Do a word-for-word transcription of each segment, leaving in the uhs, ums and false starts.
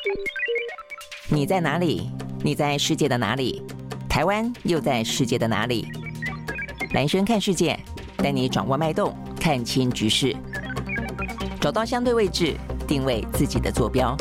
你在哪里？你在世界的哪里？台湾又在世界的哪里？蓝轩看世界，带你掌握脉动，看清局势，找到相对位置，定位自己的坐标。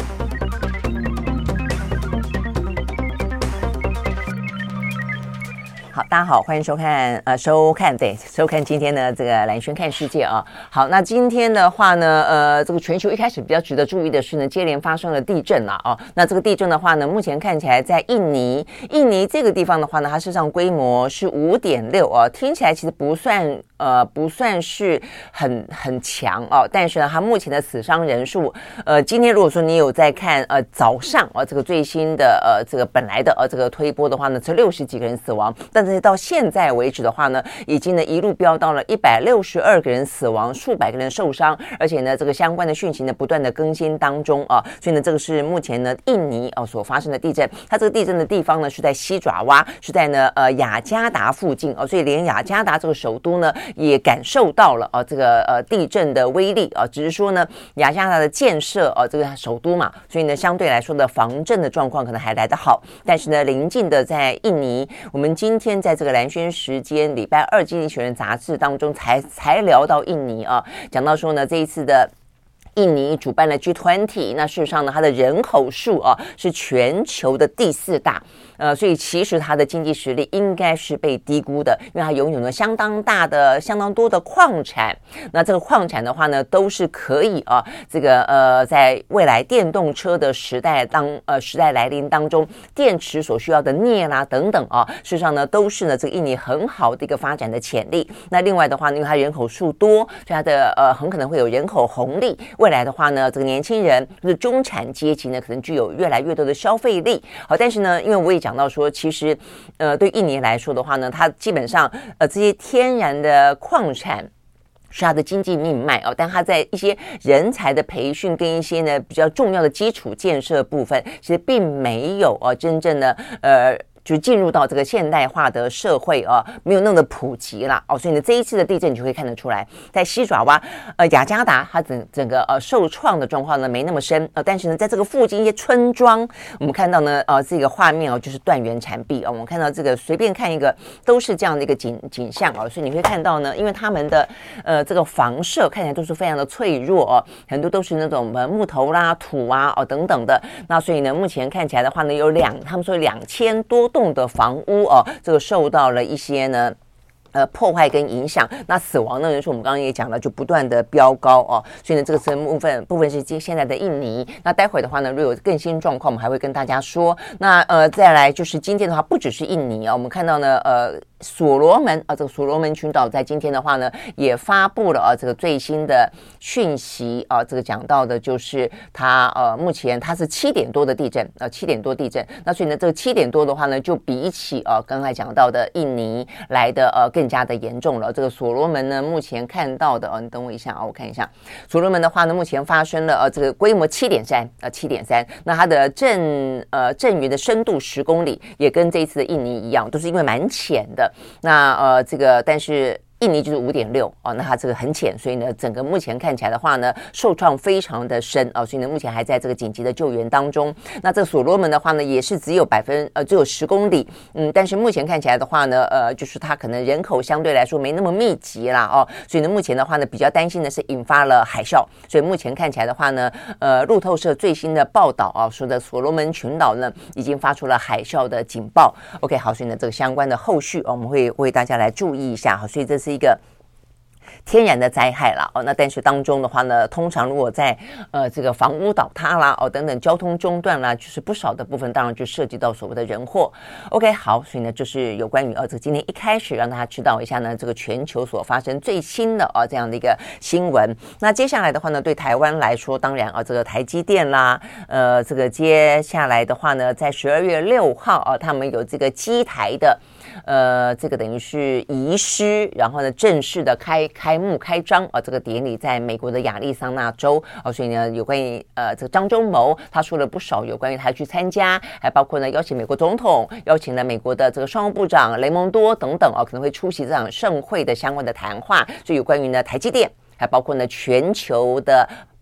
好，大家好，欢迎收看呃收看对收看今天的这个蓝轩看世界啊。好，那今天的话呢，呃，这个全球一开始比较值得注意的是呢，接连发生了地震啦啊。那这个地震的话呢，目前看起来在印尼，印尼这个地方的话呢，它事实上规模是五点六啊，听起来其实不算呃不算是很很强哦，但是呢，它目前的死伤人数，呃，今天如果说你有在看呃早上啊这个最新的呃这个本来的呃这个推播的话呢，是六十几个人死亡，但是到现在为止的话呢，已经呢一路飙到了一百六十二个人死亡，数百个人受伤，而且呢这个相关的讯息呢不断的更新当中啊，所以呢这个是目前呢印尼啊所发生的地震，它这个地震的地方呢是在西爪哇，是在呢呃雅加达附近啊，所以连雅加达这个首都呢也感受到了啊这个呃地震的威力啊，只是说呢雅加达的建设啊这个首都嘛，所以呢相对来说的防震的状况可能还来得好，但是呢邻近的在印尼，我们今天在这个蓝轩时间礼拜二经济学人杂志当中才才聊到印尼啊，讲到说呢这一次的印尼主办了 G 二十， 那事实上呢它的人口数啊是全球的第四大，呃，所以其实它的经济实力应该是被低估的，因为它拥有了相当大的相当多的矿产，那这个矿产的话呢都是可以啊这个呃在未来电动车的时代当呃时代来临当中，电池所需要的镍啦等等啊，事实上呢都是呢这个印尼很好的一个发展的潜力。那另外的话呢，因为它人口数多，所以它的呃很可能会有人口红利，未来的话呢这个年轻人或者中产阶级呢可能具有越来越多的消费力。好，但是呢因为我也讲到说，其实呃对印尼来说的话呢，它基本上呃这些天然的矿产是它的经济命脉哦，但它在一些人才的培训跟一些呢比较重要的基础建设部分，其实并没有哦真正的呃就进入到这个现代化的社会啊，没有那么的普及啦哦，所以呢，这一次的地震你就会看得出来，在西爪哇、呃雅加达，它整整个呃受创的状况呢没那么深呃，但是呢，在这个附近一些村庄，我们看到呢呃这个画面哦，就是断垣残壁哦，我们看到这个随便看一个都是这样的一个景景象哦，所以你会看到呢，因为他们的呃这个房舍看起来都是非常的脆弱哦，很多都是那种呃木头啦、土啊哦等等的，那所以呢，目前看起来的话呢，有两他们说两千多栋的房屋哦，这个受到了一些呢呃破坏跟影响，那死亡的人数我们刚刚也讲了，就不断的飙高哦，所以呢这个是部分部分是现在的印尼。那待会的话呢，如果有更新状况，我们还会跟大家说。那呃再来就是今天的话，不只是印尼啊，我们看到呢呃所罗门啊，这个所罗门群岛在今天的话呢，也发布了啊这个最新的讯息啊，这个讲到的就是它呃目前它是七点多的地震呃七点多地震，那所以呢这个七点多的话呢，就比起啊刚才讲到的印尼来的呃更加的严重了。这个所罗门呢，目前看到的啊，你等我一下啊，我看一下，所罗门的话呢，目前发生了呃这个规模七点三呃七点三，那它的震呃震源的深度十公里，也跟这一次的印尼一样，都是因为蛮浅的。那呃，这个但是印尼就是五点六哦，那它这个很浅，所以呢，整个目前看起来的话呢，受创非常的深哦，所以呢，目前还在这个紧急的救援当中。那这个所罗门的话呢，也是只有百分呃只有十公里，嗯，但是目前看起来的话呢，呃，就是它可能人口相对来说没那么密集啦哦，所以呢，目前的话呢，比较担心的是引发了海啸，所以目前看起来的话呢，呃，路透社最新的报道啊，说的所罗门群岛呢已经发出了海啸的警报。OK， 好，所以呢，这个相关的后续、哦、我们会为大家来注意一下，好，所以这是一个天然的灾害啦哦，那但是当中的话呢，通常如果在呃这个房屋倒塌啦哦等等交通中断啦，就是不少的部分当然就涉及到所谓的人祸。OK， 好，所以呢就是有关于呃这个今天一开始让大家知道一下呢这个全球所发生最新的啊这样的一个新闻。那接下来的话呢，对台湾来说，当然啊这个台积电啦，呃这个接下来的话呢，在十二月六号啊，他们有这个基台的。呃，这个等于是仪式，然后呢，正式的开开幕开张啊，这个典礼在美国的亚利桑那州啊，所以呢，有关于呃这个张忠谋他说了不少有关于他去参加，还包括呢邀请美国总统，邀请了美国的这个商务部长雷蒙多等等啊，可能会出席这场盛会的相关的谈话，所以有关于呢台积电。还包括呢全球的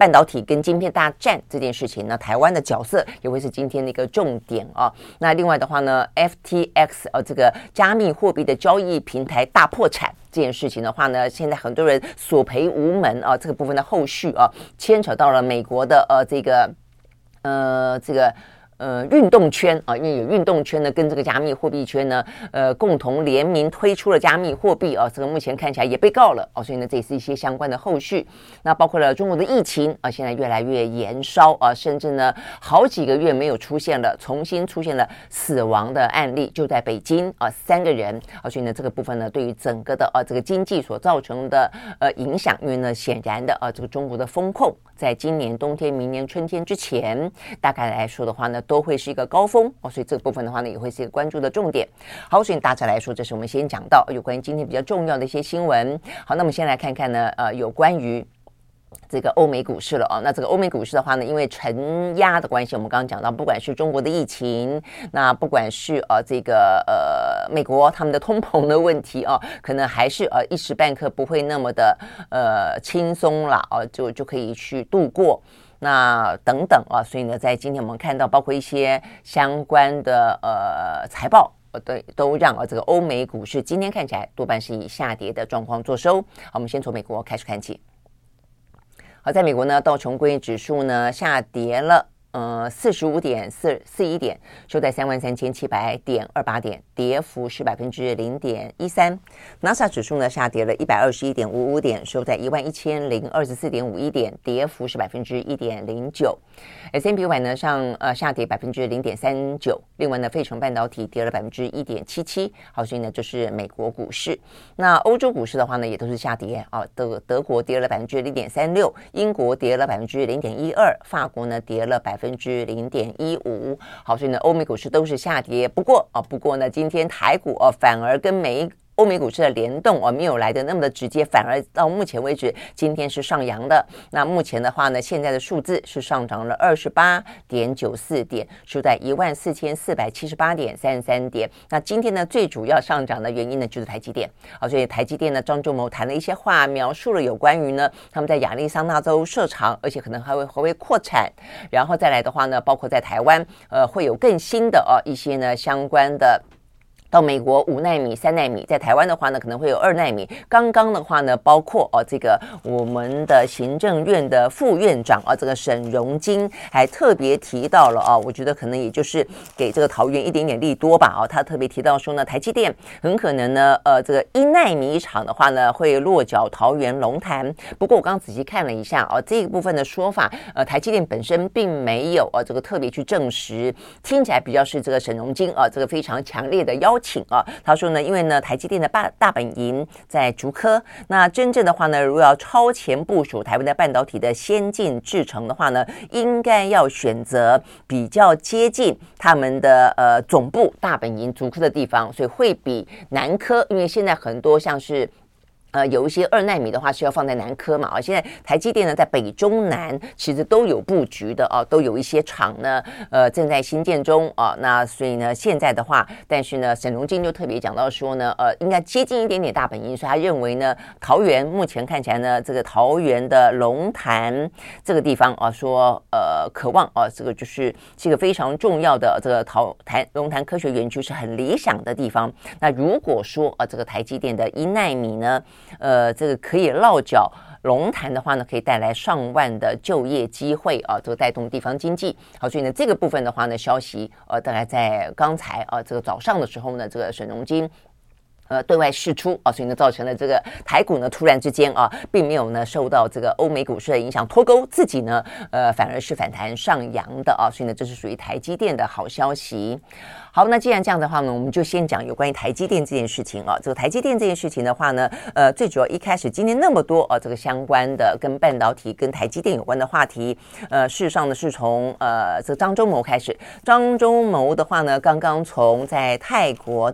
半导体跟晶片大战这件事情呢，台湾的角色也会是今天的一个重点啊。那另外的话呢 ，F T X 呃这个加密货币的交易平台大破产这件事情的话呢，现在很多人索赔无门啊，这个部分的后续啊，牵扯到了美国的呃这个呃这个。呃，运动圈啊，因为有运动圈呢，跟这个加密货币圈呢，呃，共同联名推出了加密货币啊，这个目前看起来也被告了哦，所以呢，这也是一些相关的后续。那包括了中国的疫情啊，现在越来越延烧啊，甚至呢，好几个月没有出现了，重新出现了死亡的案例，就在北京啊，三个人啊，所以呢，这个部分呢，对于整个的啊这个经济所造成的呃影响，因为呢，显然的啊，这个中国的风控在今年冬天、明年春天之前，大概来说的话呢，都会是一个高峰哦，所以这个部分的话呢，也会是一个关注的重点。好，所以大致来说，这是我们先讲到有关于今天比较重要的一些新闻。好，那么先来看看呢，呃，有关于这个欧美股市了哦。那这个欧美股市的话呢，因为承压的关系，我们刚刚讲到，不管是中国的疫情，那不管是呃这个呃美国他们的通膨的问题啊，可能还是呃一时半刻不会那么的呃轻松啦啊，就就可以去度过。那等等啊，所以呢，在今天我们看到，包括一些相关的呃财报，呃，对，都让啊这个欧美股市今天看起来多半是以下跌的状况作收。好，我们先从美国开始看起。好，在美国呢，道琼工业指数呢下跌了。呃，四十五点四四一点，收在三万三千七百点二八点，跌幅是百分之零点一三。纳斯达克指数呢下跌了一百二十一点五五点，收在一万一千零二十四点五一点，跌幅是百分之一点零九。S and P 五百呢上呃下跌百分之零点三九。另外呢，费城半导体跌了百分之一点七七。好，所以呢，这是美国股市。那欧洲股市的话呢，也都是下跌啊。德德国跌了百分之零点三六，英国跌了百分之零点一二，法国呢跌了百分。百分之零点一五，好，所以呢，欧美股市都是下跌。不过啊，不过呢，今天台股啊，反而跟美欧美股市的联动啊，没有来的那么的直接，反而到目前为止，今天是上扬的。那目前的话呢，现在的数字是上涨了二十八点九四点，收在一万四千四百七十八点三十三点。那今天呢，最主要上涨的原因呢，就是台积电。好，所以台积电呢，张忠谋谈了一些话，描述了有关于呢，他们在亚利桑那州设厂，而且可能还会还会扩产。然后再来的话呢，包括在台湾，呃，会有更新的呃一些呢相关的。到美国五奈米、三奈米，在台湾的话呢，可能会有二奈米。刚刚的话呢，包括哦，这个我们的行政院的副院长啊，这个沈荣金还特别提到了啊，我觉得可能也就是给这个桃园一点点利多吧啊，他特别提到说呢，台积电很可能呢，呃，这个一奈米厂的话呢，会落脚桃园龙潭。不过我刚刚仔细看了一下啊，这个部分的说法，呃，台积电本身并没有啊，这个特别去证实，听起来比较是这个沈荣金啊，这个非常强烈的要求。请啊，他说呢，因为呢，台积电的大大本营在竹科，那真正的话呢，如果要超前部署台湾的半导体的先进制程的话呢，应该要选择比较接近他们的呃总部大本营竹科的地方，所以会比南科，因为现在很多像是。呃，有一些二奈米的话是要放在南科嘛啊，现在台积电呢在北中南其实都有布局的啊，都有一些厂呢呃正在新建中啊，那所以呢现在的话，但是呢沈荣金就特别讲到说呢，呃应该接近一点点大本营，所以他认为呢桃园目前看起来呢这个桃园的龙潭这个地方啊，说呃渴望啊这个就是是一个非常重要的这个桃台龙潭科学园区是很理想的地方。那如果说啊这个台积电的一奈米呢。呃，这个可以落脚龙潭的话呢，可以带来上万的就业机会啊，这个带动地方经济。好，所以呢，这个部分的话呢，消息呃，大概在刚才啊，这个早上的时候呢，这个沈荣金。呃，对外释出啊，所以呢，造成了这个台股呢，突然之间啊，并没有呢受到这个欧美股市的影响脱钩，自己呢，呃，反而是反弹上扬的啊，所以呢，这是属于台积电的好消息。好，那既然这样的话呢，我们就先讲有关于台积电这件事情啊。这个台积电这件事情的话呢，呃，最主要一开始今天那么多啊，这个相关的跟半导体、跟台积电有关的话题，呃，事实上呢，是从呃这个张忠谋开始。张忠谋的话呢，刚刚从在泰国的。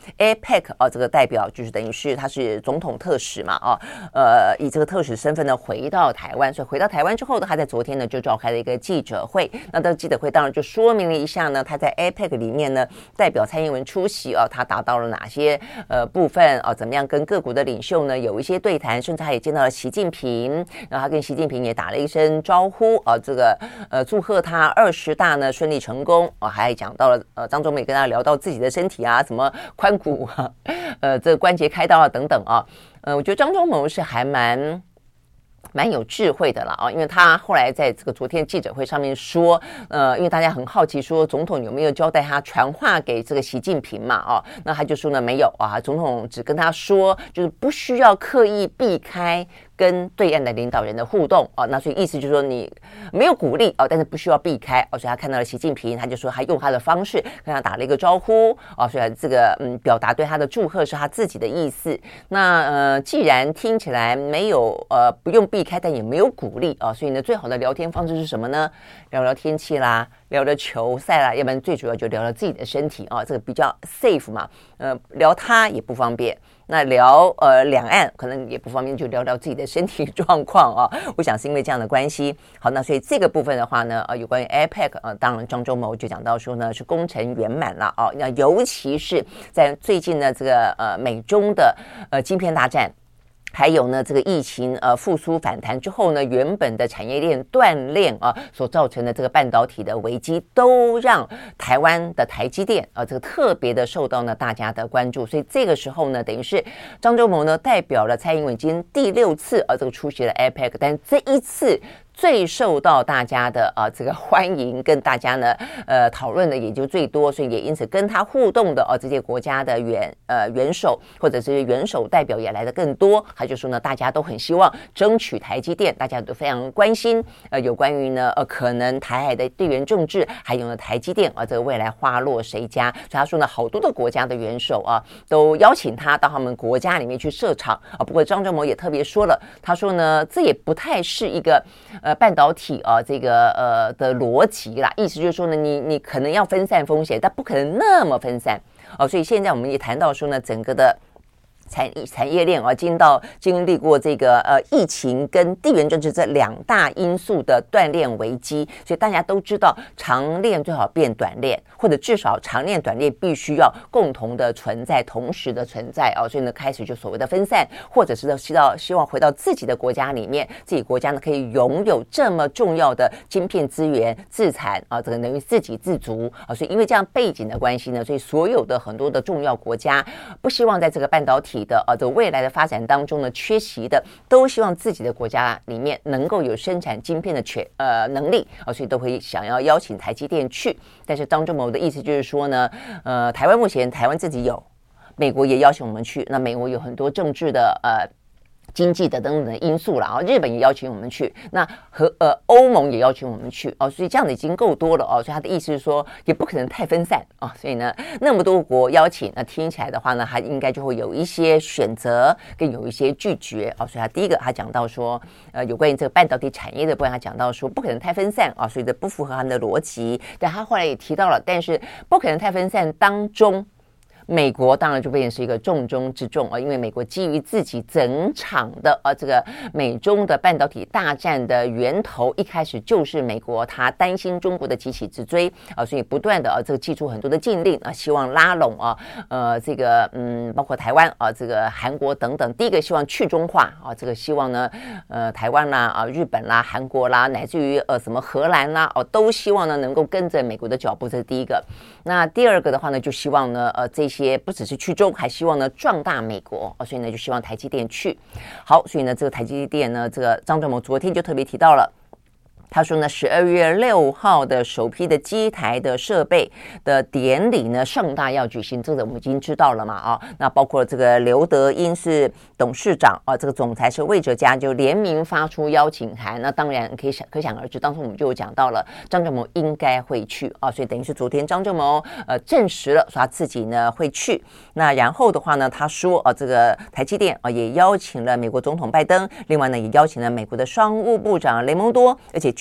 A P E C 啊，这个代表就是等于是他是总统特使嘛啊，呃，以这个特使身份呢回到台湾，所以回到台湾之后呢，他在昨天呢就召开了一个记者会。那这个记者会当然就说明了一下呢，他在 A P E C 里面呢代表蔡英文出席啊，他达到了哪些呃部分啊，怎么样跟各国的领袖呢有一些对谈，甚至他也见到了习近平，然后他跟习近平也打了一声招呼啊，这个呃祝贺他二十大呢顺利成功啊，还讲到了呃张忠谋也跟他聊到自己的身体啊，什么髋骨啊，呃这个关节开刀啊等等啊，呃我觉得张忠谋是还蛮。蛮有智慧的了啊，因为他后来在这个昨天记者会上面说，呃，因为大家很好奇说总统有没有交代他传话给这个习近平嘛，哦，那他就说呢没有啊，总统只跟他说，就是不需要刻意避开跟对岸的领导人的互动啊，那所以意思就是说你没有鼓励啊，但是不需要避开啊，所以他看到了习近平，他就说他用他的方式跟他打了一个招呼啊，所以这个嗯表达对他的祝贺是他自己的意思。那呃，既然听起来没有呃不用避开，但也没有鼓励啊，所以呢，最好的聊天方式是什么呢？聊聊天气啦，聊聊球赛啦，要不然最主要就聊聊自己的身体啊，这个比较 safe 嘛。呃，聊他也不方便，那聊呃两岸可能也不方便，就聊聊自己的身体状况啊。我想是因为这样的关系。好，那所以这个部分的话呢，呃，有关于 A P E C 呃，当然张忠谋就讲到说呢，是工程圆满了啊。那尤其是在最近呢，这个呃美中的呃晶片大战。还有呢，这个疫情呃复苏反弹之后呢，原本的产业链断裂啊所造成的这个半导体的危机，都让台湾的台积电啊这个特别的受到呢大家的关注。所以这个时候呢，等于是张忠谋呢代表了蔡英文今天第六次啊这个出席了 A P E C， 但这一次。最受到大家的啊这个欢迎，跟大家呢呃讨论的也就最多，所以也因此跟他互动的啊这些国家的元呃元首或者是元首代表也来的更多。他就说呢，大家都很希望争取台积电，大家都非常关心呃有关于呢呃可能台海的地缘政治，还有呢台积电啊这个未来花落谁家。所以他说呢，好多的国家的元首啊都邀请他到他们国家里面去设厂啊。不过张忠谋也特别说了，他说呢这也不太是一个。呃，半导体啊，这个呃的逻辑啦，意思就是说呢，你你可能要分散风险，但不可能那么分散哦。所以现在我们也谈到说呢，整个的。产产业链啊，经到经历过这个呃疫情跟地缘政治这两大因素的断链危机，所以大家都知道长链最好变短链，或者至少长链短链必须要共同的存在，同时的存在啊。所以呢，开始就所谓的分散，或者是希望希望回到自己的国家里面，自己国家呢可以拥有这么重要的晶片资源自产啊，这个等于自给自足啊。所以因为这样背景的关系呢，所以所有的很多的重要国家不希望在这个半导体的啊，这未来的发展当中呢，缺席的都希望自己的国家里面能够有生产晶片的权呃能力啊，所以都会想要邀请台积电去。但是张忠谋的意思就是说呢，呃，台湾目前台湾自己有，美国也邀请我们去，那美国有很多政治的呃。经济的等等的因素了啊，日本也邀请我们去，那和呃欧盟也邀请我们去哦，所以这样的已经够多了哦，所以他的意思是说也不可能太分散啊，所以呢那么多国邀请，那听起来的话呢，他应该就会有一些选择跟有一些拒绝啊，所以他第一个他讲到说，呃有关于这个半导体产业的部分，他讲到说不可能太分散啊，所以这不符合他们的逻辑，但他后来也提到了，但是不可能太分散当中。美国当然就变成是一个重中之重啊，因为美国基于自己整场的啊这个美中的半导体大战的源头，一开始就是美国，他担心中国的急起直追啊，所以不断的啊这个祭出很多的禁令啊，希望拉拢啊呃这个嗯包括台湾啊这个韩国等等，第一个希望去中化啊，这个希望呢呃台湾啦啊日本啦韩国啦乃至于呃什么荷兰啦哦、啊、都希望呢能够跟着美国的脚步，这是第一个。那第二个的话呢，就希望呢呃这些些不只是去中，还希望呢壮大美国、哦、所以呢就希望台积电去。好，所以呢这个台积电呢，这个张忠谋昨天就特别提到了。他说呢，十二月六号的首批的机台的设备的典礼呢，盛大要举行，这个我们已经知道了嘛啊。那包括这个刘德音是董事长啊，这个总裁是魏哲家，就联名发出邀请函。那当然可以想可想而知，当时我们就有讲到了，张忠谋应该会去啊，所以等于是昨天张忠谋呃证实了说他自己呢会去。那然后的话呢，他说啊，这个台积电啊也邀请了美国总统拜登，另外呢也邀请了美国的商务部长雷蒙多，而且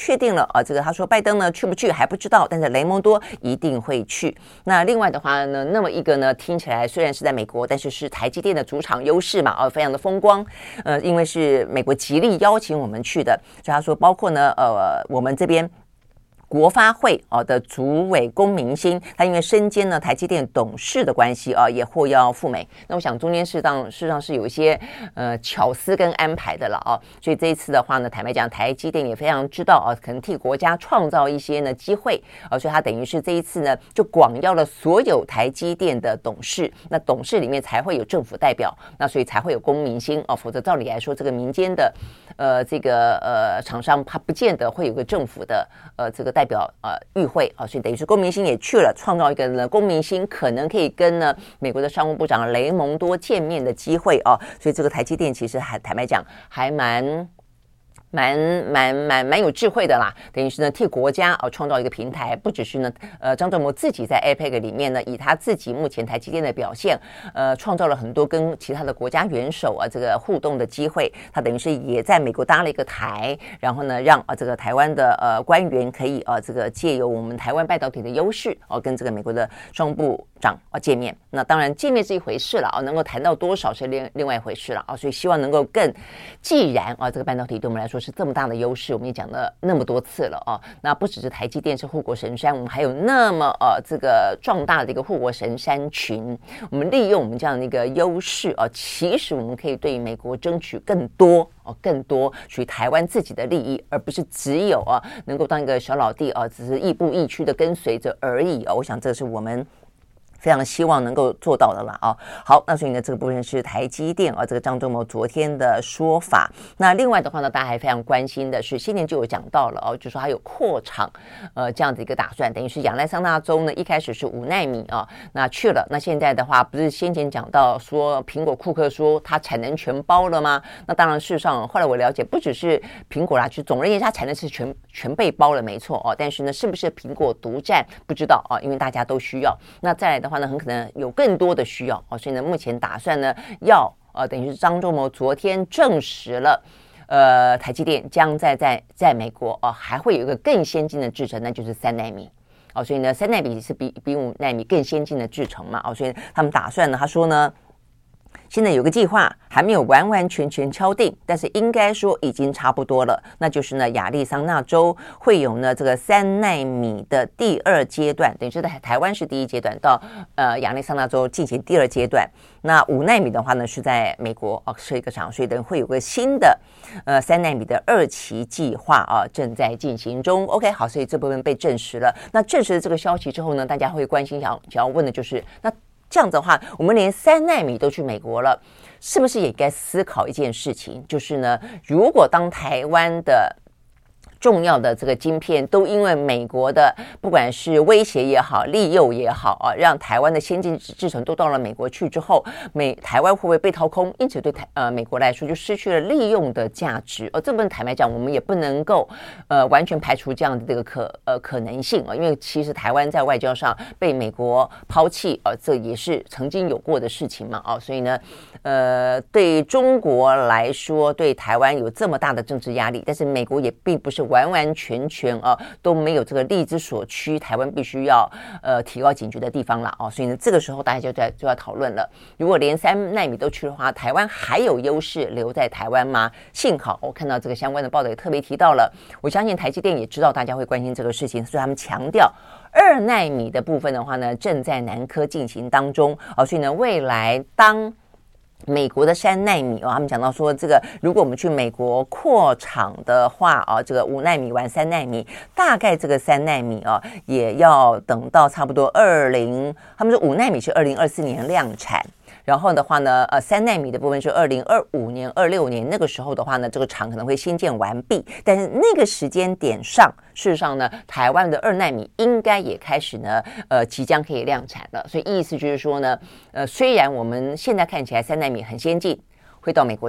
确定了啊，这个他说拜登呢去不去还不知道，但是雷蒙多一定会去。那另外的话呢，那么一个呢听起来虽然是在美国，但是是台积电的主场优势嘛，啊，非常的风光。呃，因为是美国极力邀请我们去的，所以他说包括呢，呃，我们这边。国发会哦的主委龚明鑫，他因为身兼呢台积电董事的关系啊，也获邀赴美。那我想中间事实上事实上是有一些呃巧思跟安排的了啊，所以这一次的话呢，坦白讲，台积电也非常知道啊，可能替国家创造一些呢机会啊，所以他等于是这一次呢就广邀了所有台积电的董事，那董事里面才会有政府代表，那所以才会有龚明鑫哦，否则照理来说，这个民间的呃这个呃厂商他不见得会有个政府的呃这个代表呃与会啊，所以等于是龚明鑫也去了，创造一个呢龚明鑫可能可以跟呢美国的商务部长雷蒙多见面的机会啊，所以这个台积电其实还坦白讲还蛮。蛮蛮蛮蛮有智慧的啦，等于是呢替国家哦创造一个平台，不只是呢呃张忠谋自己在 A P E C 里面呢以他自己目前台积电的表现，呃创造了很多跟其他的国家元首啊这个互动的机会，他等于是也在美国搭了一个台，然后呢让啊这个台湾的呃官员可以啊这个借由我们台湾半导体的优势哦跟这个美国的商务部长啊见面，那当然见面是一回事了啊，能够谈到多少是另另外一回事了啊，所以希望能够更既然啊这个半导体对我们来说是这么大的优势，我们也讲了那么多次了啊。那不只是台积电是护国神山，我们还有那么呃这个壮大的一个护国神山群。我们利用我们这样的一个优势啊，其实我们可以对美国争取更多哦，更多属于台湾自己的利益，而不是只有啊能够当一个小老弟啊，只是亦步亦趋的跟随着而已啊。我想这是我们非常希望能够做到的了啊。好，那所以呢，这个部分是台积电啊，这个张忠谋昨天的说法。那另外的话呢，大家还非常关心的是，先前就有讲到了哦，就说还有扩厂呃这样子一个打算，等于是亚利桑那州呢一开始是五奈米啊，那去了，那现在的话不是先前讲到说苹果库克说它产能全包了吗？那当然事实上后来我了解，不只是苹果啦，就总而言之它产能是全全被包了，没错哦。但是呢，是不是苹果独占不知道啊，因为大家都需要。那再来的话呢，很可能有更多的需要哦，所以呢，目前打算呢要呃，等于是张忠谋昨天证实了，呃，台积电将在在在美国哦，还会有一个更先进的制程，那就是三奈米哦，所以呢，三奈米是比比五奈米更先进的制程嘛哦，所以他们打算呢，他说呢。现在有个计划还没有完完全全敲定，但是应该说已经差不多了，那就是呢亚利桑那州会有呢这个三奈米的第二阶段，等于是在台湾是第一阶段，到呃亚利桑那州进行第二阶段。那五奈米的话呢是在美国哦设一个厂，所以等会有个新的呃三奈米的二期计划啊正在进行中。OK， 好，所以这部分被证实了。那证实了这个消息之后呢，大家会关心想想要问的就是那。这样子的话，我们连三奈米都去美国了，是不是也该思考一件事情？就是呢，如果当台湾的重要的这个晶片都因为美国的不管是威胁也好利诱也好啊，让台湾的先进制程都到了美国去之后，美台湾会不会被掏空？因此对台呃美国来说就失去了利用的价值。而这部分坦白讲，我们也不能够呃完全排除这样的这个可呃可能性啊，因为其实台湾在外交上被美国抛弃啊，这也是曾经有过的事情嘛啊，所以呢呃对中国来说，对台湾有这么大的政治压力，但是美国也并不是完完全全啊都没有这个力之所趋，台湾必须要呃提高警觉的地方了哦，所以呢这个时候大家就在就要讨论了，如果连三奈米都去的话，台湾还有优势留在台湾吗？幸好我看到这个相关的报道也特别提到了，我相信台积电也知道大家会关心这个事情，所以他们强调二奈米的部分的话呢正在南科进行当中哦，所以呢未来当美国的三奈米哦，他们讲到说，这个如果我们去美国扩厂的话啊，这个五奈米完三奈米，大概这个三奈米啊，也要等到差不多二零，他们说五奈米是二零二四年量产。然后的话呢，呃，三奈米的部分是二零二五年、二六年那个时候的话呢，这个厂可能会新建完毕。但是那个时间点上，事实上呢，台湾的二奈米应该也开始呢，呃，即将可以量产了。所以意思就是说呢，呃，虽然我们现在看起来三奈米很先进，会到美国去。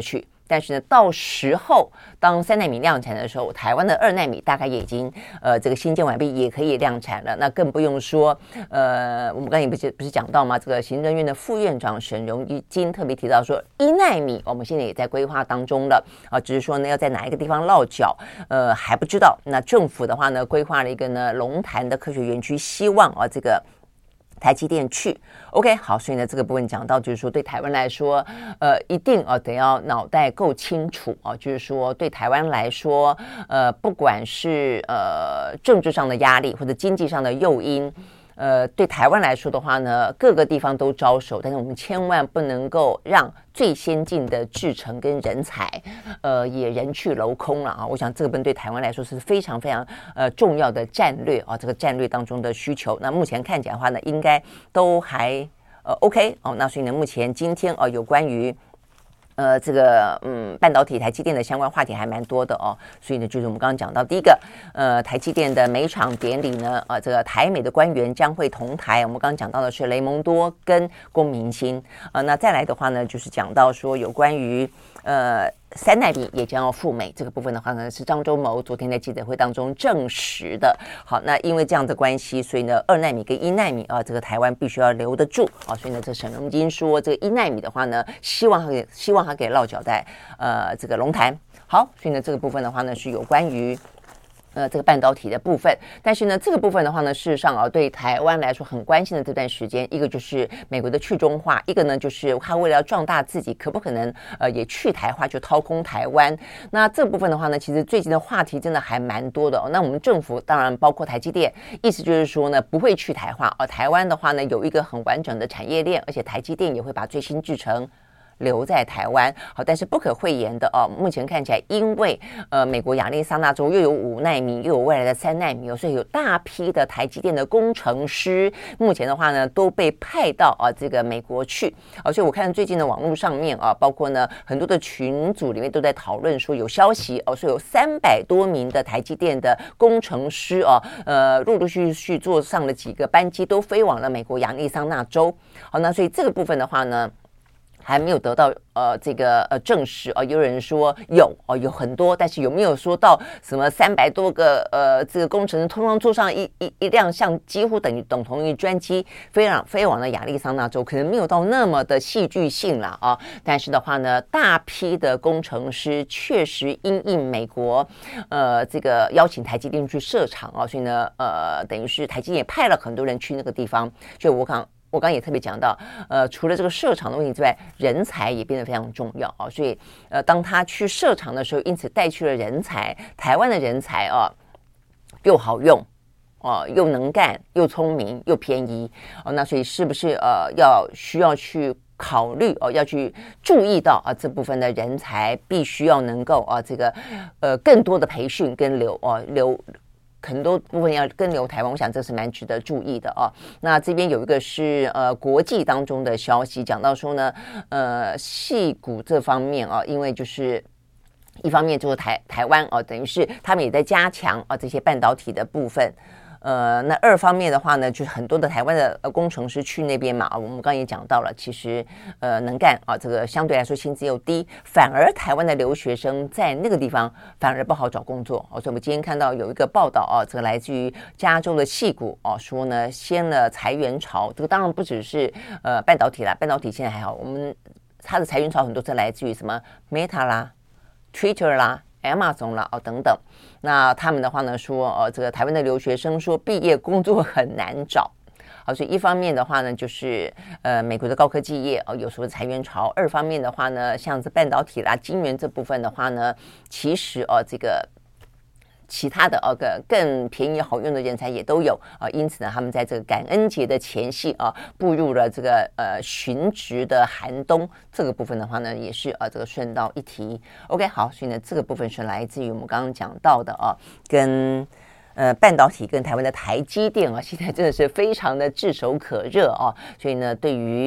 但是呢，到时候当三奈米量产的时候，台湾的二奈米大概也已经呃这个新建完毕，也可以量产了。那更不用说呃，我们刚才不是不是讲到吗？这个行政院的副院长沈荣金特别提到说，一奈米我们现在也在规划当中了啊，只是说呢要在哪一个地方落脚，呃还不知道。那政府的话呢，规划了一个呢龙潭的科学园区，希望啊这个台积电去 OK 好，所以呢这个部分讲到就是说对台湾来说呃一定啊得要脑袋够清楚啊，就是说对台湾来说呃不管是呃政治上的压力或者经济上的诱因，呃对台湾来说的话呢，各个地方都招手，但是我们千万不能够让最先进的制程跟人才呃也人去楼空了啊。我想这个本对台湾来说是非常非常呃重要的战略啊，这个战略当中的需求，那目前看起来的话呢，应该都还呃 OK 哦。那所以呢，目前今天哦有关于呃，这个嗯，半导体台积电的相关话题还蛮多的哦，所以呢，就是我们刚刚讲到第一个，呃，台积电的每场典礼呢，呃，这个台美的官员将会同台。我们刚刚讲到的是雷蒙多跟龚明鑫，呃，那再来的话呢，就是讲到说有关于呃三奈米也将要赴美这个部分的话呢，是张忠谋昨天在记者会当中证实的。好，那因为这样的关系，所以呢，二奈米跟一奈米啊，这个台湾必须要留得住啊，所以呢，这沈荣金说，这个一奈米的话呢，希望他给希望他给落脚在呃这个龙潭。好，所以呢，这个部分的话呢，是有关于呃，这个半导体的部分，但是呢，这个部分的话呢，事实上啊，对台湾来说很关心的这段时间，一个就是美国的去中化，一个呢就是他为了要壮大自己，可不可能呃也去台化，就掏空台湾？那这部分的话呢，其实最近的话题真的还蛮多的哦。那我们政府当然包括台积电，意思就是说呢，不会去台化，而台湾的话呢，有一个很完整的产业链，而且台积电也会把最新制程留在台湾。好，但是不可讳言的哦，目前看起来，因为呃美国亚利桑那州又有五奈米，又有未来的三奈米，所以有大批的台积电的工程师，目前的话呢都被派到啊这个美国去。而且我看最近的网络上面啊，包括呢很多的群组里面都在讨论说，有消息哦，说有三百多名的台积电的工程师哦，呃陆陆续续坐上了几个班机，都飞往了美国亚利桑那州。好，那所以这个部分的话呢，还没有得到呃这个呃证实哦、呃，有人说有哦、呃，有很多，但是有没有说到什么三百多个呃这个工程师通通坐上一一一辆像几乎等于等同于专机飞往飞往了亚利桑那州，可能没有到那么的戏剧性了啊。但是的话呢，大批的工程师确实因应美国呃这个邀请台积电去设厂啊，所以呢呃等于是台积电也派了很多人去那个地方，所以我刚。我刚刚也特别讲到，呃，除了这个设厂的问题之外，人才也变得非常重要啊。所以，呃，当他去设厂的时候，因此带去了人才，台湾的人才啊，又好用，哦、呃，又能干，又聪明，又便宜哦。那所以是不是呃要需要去考虑哦，要去注意到啊这部分的人才必须要能够啊这个呃更多的培训跟留哦留。很多部分要跟留台湾，我想这是蛮值得注意的哦。那这边有一个是呃国际当中的消息，讲到说呢，呃，矽谷这方面啊，因为就是一方面就是台台湾哦、啊，等于是他们也在加强啊这些半导体的部分。呃，那二方面的话呢，就是很多的台湾的呃工程师去那边嘛，我们刚刚也讲到了，其实呃能干啊，这个相对来说薪资又低，反而台湾的留学生在那个地方反而不好找工作哦。所以我们今天看到有一个报道啊，这个来自于加州的矽谷哦，说呢掀了裁员潮，这个当然不只是呃半导体啦，半导体现在还好，我们它的裁员潮很多是来自于什么 Meta 啦、Twitter 啦。Amazon 啦哦等等，那他们的话呢说，呃，这个台湾的留学生说毕业工作很难找，好，所以一方面的话呢，就是呃美国的高科技业哦有所谓裁员潮；二方面的话呢，像是半导体啦、晶圆这部分的话呢，其实哦这个。其他的呃个更便宜好用的人才也都有啊、呃，因此呢，他们在这个感恩节的前夕啊，步入了这个呃寻职的寒冬。这个部分的话呢，也是呃这个顺道一提。OK， 好，所以呢，这个部分是来自于我们刚刚讲到的啊，跟呃半导体跟台湾的台积电啊，现在真的是非常的炙手可热啊，所以呢，对于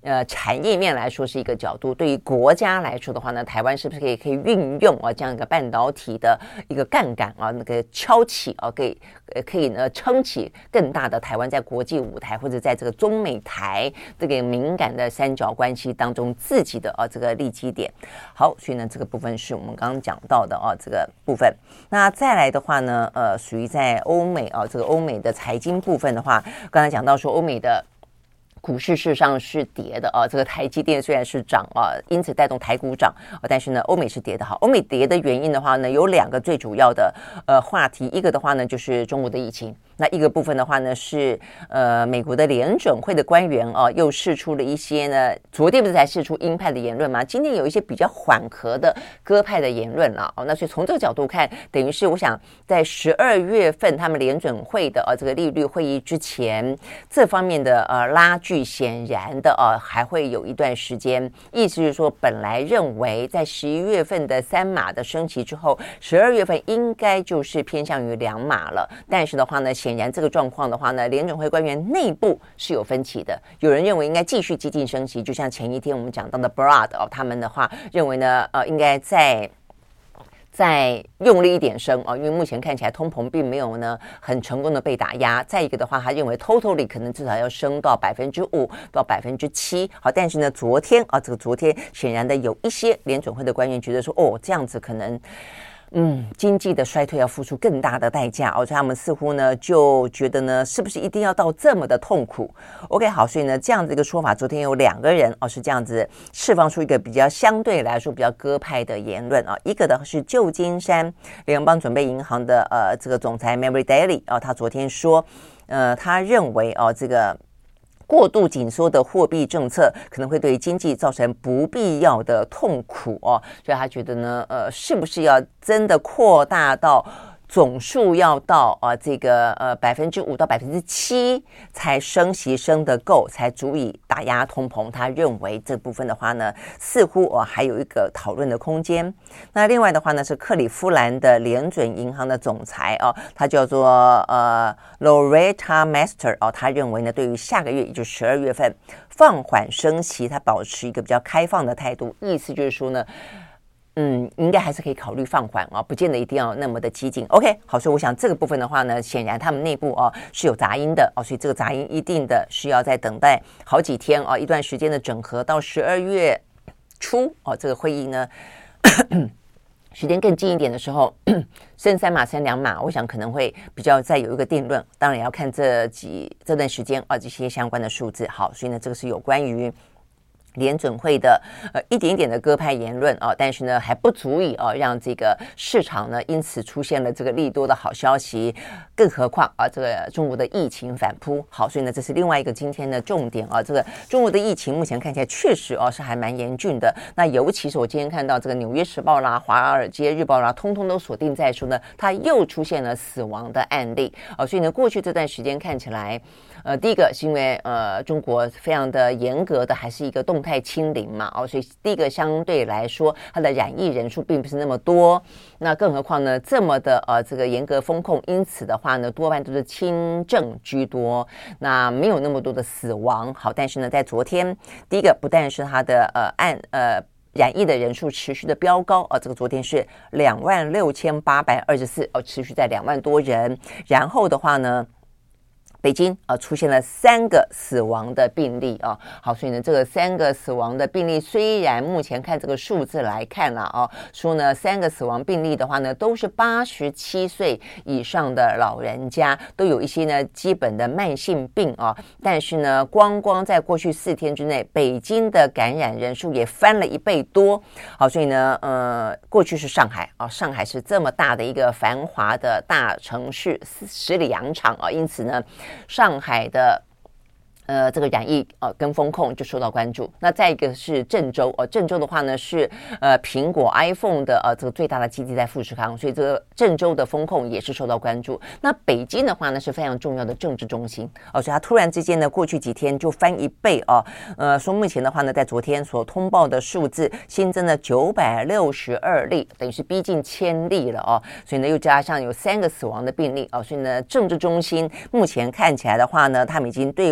呃产业面来说是一个角度，对于国家来说的话呢，台湾是不是可以可以运用啊这样一个半导体的一个杠杆啊，那个敲起啊，可以呃可以呢撑起更大的台湾在国际舞台或者在这个中美台这个敏感的三角关系当中自己的啊这个利基点。好，所以呢这个部分是我们刚刚讲到的啊这个部分。那再来的话呢，呃，属于在欧美啊这个欧美的财经部分的话，刚才讲到说欧美的股市事实上是跌的啊，这个台积电虽然是涨啊，因此带动台股涨，啊、但是呢，欧美是跌的。好，欧美跌的原因的话呢，有两个最主要的呃话题，一个的话呢就是中国的疫情。那一个部分的话呢是呃美国的联准会的官员啊又释出了一些呢，昨天不是才释出鹰派的言论吗？今天有一些比较缓和的鸽派的言论了哦。那所以从这个角度看，等于是我想在十二月份他们联准会的呃这个利率会议之前，这方面的呃拉锯显然的呃还会有一段时间。意思是说，本来认为在十一月份的三码的升息之后，十二月份应该就是偏向于两码了，但是的话呢，显然这个状况的话呢，联准会官员内部是有分歧的。有人认为应该继续激进升息，就像前一天我们讲到的 Broad 哦，他们的话认为呢，呃，应该再再用力一点升哦，因为目前看起来通膨并没有呢很成功的被打压。再一个的话，他认为 totally 可能至少要升到百分之五到百分之七。好，但是呢，昨天啊，这个昨天显然的有一些联准会的官员觉得说，哦，这样子可能。嗯，经济的衰退要付出更大的代价哦，所以他们似乎呢就觉得呢，是不是一定要到这么的痛苦 ？OK， 好，所以呢这样子一个说法，昨天有两个人哦是这样子释放出一个比较相对来说比较鸽派的言论啊，一个的是旧金山联邦准备银行的呃这个总裁 Mary Daly 啊，他昨天说，呃，他认为哦这个。过度紧缩的货币政策可能会对经济造成不必要的痛苦哦，所以他觉得呢，呃，是不是要真的扩大到总数要到啊、呃、这个呃百分之五到百分之七才升息升得够，才足以打压通膨。他认为这部分的话呢，似乎哦还有一个讨论的空间。那另外的话呢，是克利夫兰的联准银行的总裁哦，他叫做呃 Loretta Mester 哦，他认为呢，对于下个月也就十二月份放缓升息，他保持一个比较开放的态度，意思就是说呢。嗯，应该还是可以考虑放缓啊，不见得一定要那么的激进。OK， 好，所以我想这个部分的话呢，显然他们内部哦是有杂音的哦，所以这个杂音一定的是要再等待好几天啊，一段时间的整合，到十二月初哦，这个会议呢时间更近一点的时候，升三码升两码，我想可能会比较再有一个定论。当然也要看这几这段时间啊这些相关的数字。好，所以呢，这个是有关于。联准会的呃一点一点的鸽派言论啊，但是呢还不足以啊让这个市场呢因此出现了这个利多的好消息，更何况啊这个中国的疫情反扑。好，所以呢这是另外一个今天的重点啊，这个中国的疫情目前看起来确实啊是还蛮严峻的。那尤其是我今天看到这个纽约时报啦、华尔街日报啦，通通都锁定在说呢，它又出现了死亡的案例啊，所以呢过去这段时间看起来。呃，第一个是因为呃，中国非常的严格的，还是一个动态清零嘛，哦，所以第一个相对来说，它的染疫人数并不是那么多。那更何况呢，这么的呃这个严格风控，因此的话呢，多半都是轻症居多，那没有那么多的死亡。好，但是呢，在昨天，第一个不但是它的呃按呃。染疫的人数持续的飙高啊，这个昨天是两万六千八百二十四哦，持续在两万多人。然后的话呢。北京啊、呃、出现了三个死亡的病例啊，好，所以呢，这个三个死亡的病例虽然目前看这个数字来看了啊，说呢三个死亡病例的话呢，都是八十七岁以上的老人家，都有一些呢基本的慢性病啊，但是呢，光光在过去四天之内，北京的感染人数也翻了一倍多，好，所以呢，呃，过去是上海啊，上海是这么大的一个繁华的大城市，十里洋场啊，因此呢。上海的呃，这个染疫呃跟风控就受到关注。那再一个是郑州哦，郑州的话呢是呃苹果 iPhone 的呃这个最大的基地在富士康，所以这个郑州的风控也是受到关注。那北京的话呢是非常重要的政治中心哦，所以它突然之间呢过去几天就翻一倍哦。呃，说目前的话呢，在昨天所通报的数字新增了九百六十二例，等于是逼近千例了哦。所以呢又加上有三个死亡的病例哦，所以呢政治中心目前看起来的话呢，他们已经对外宣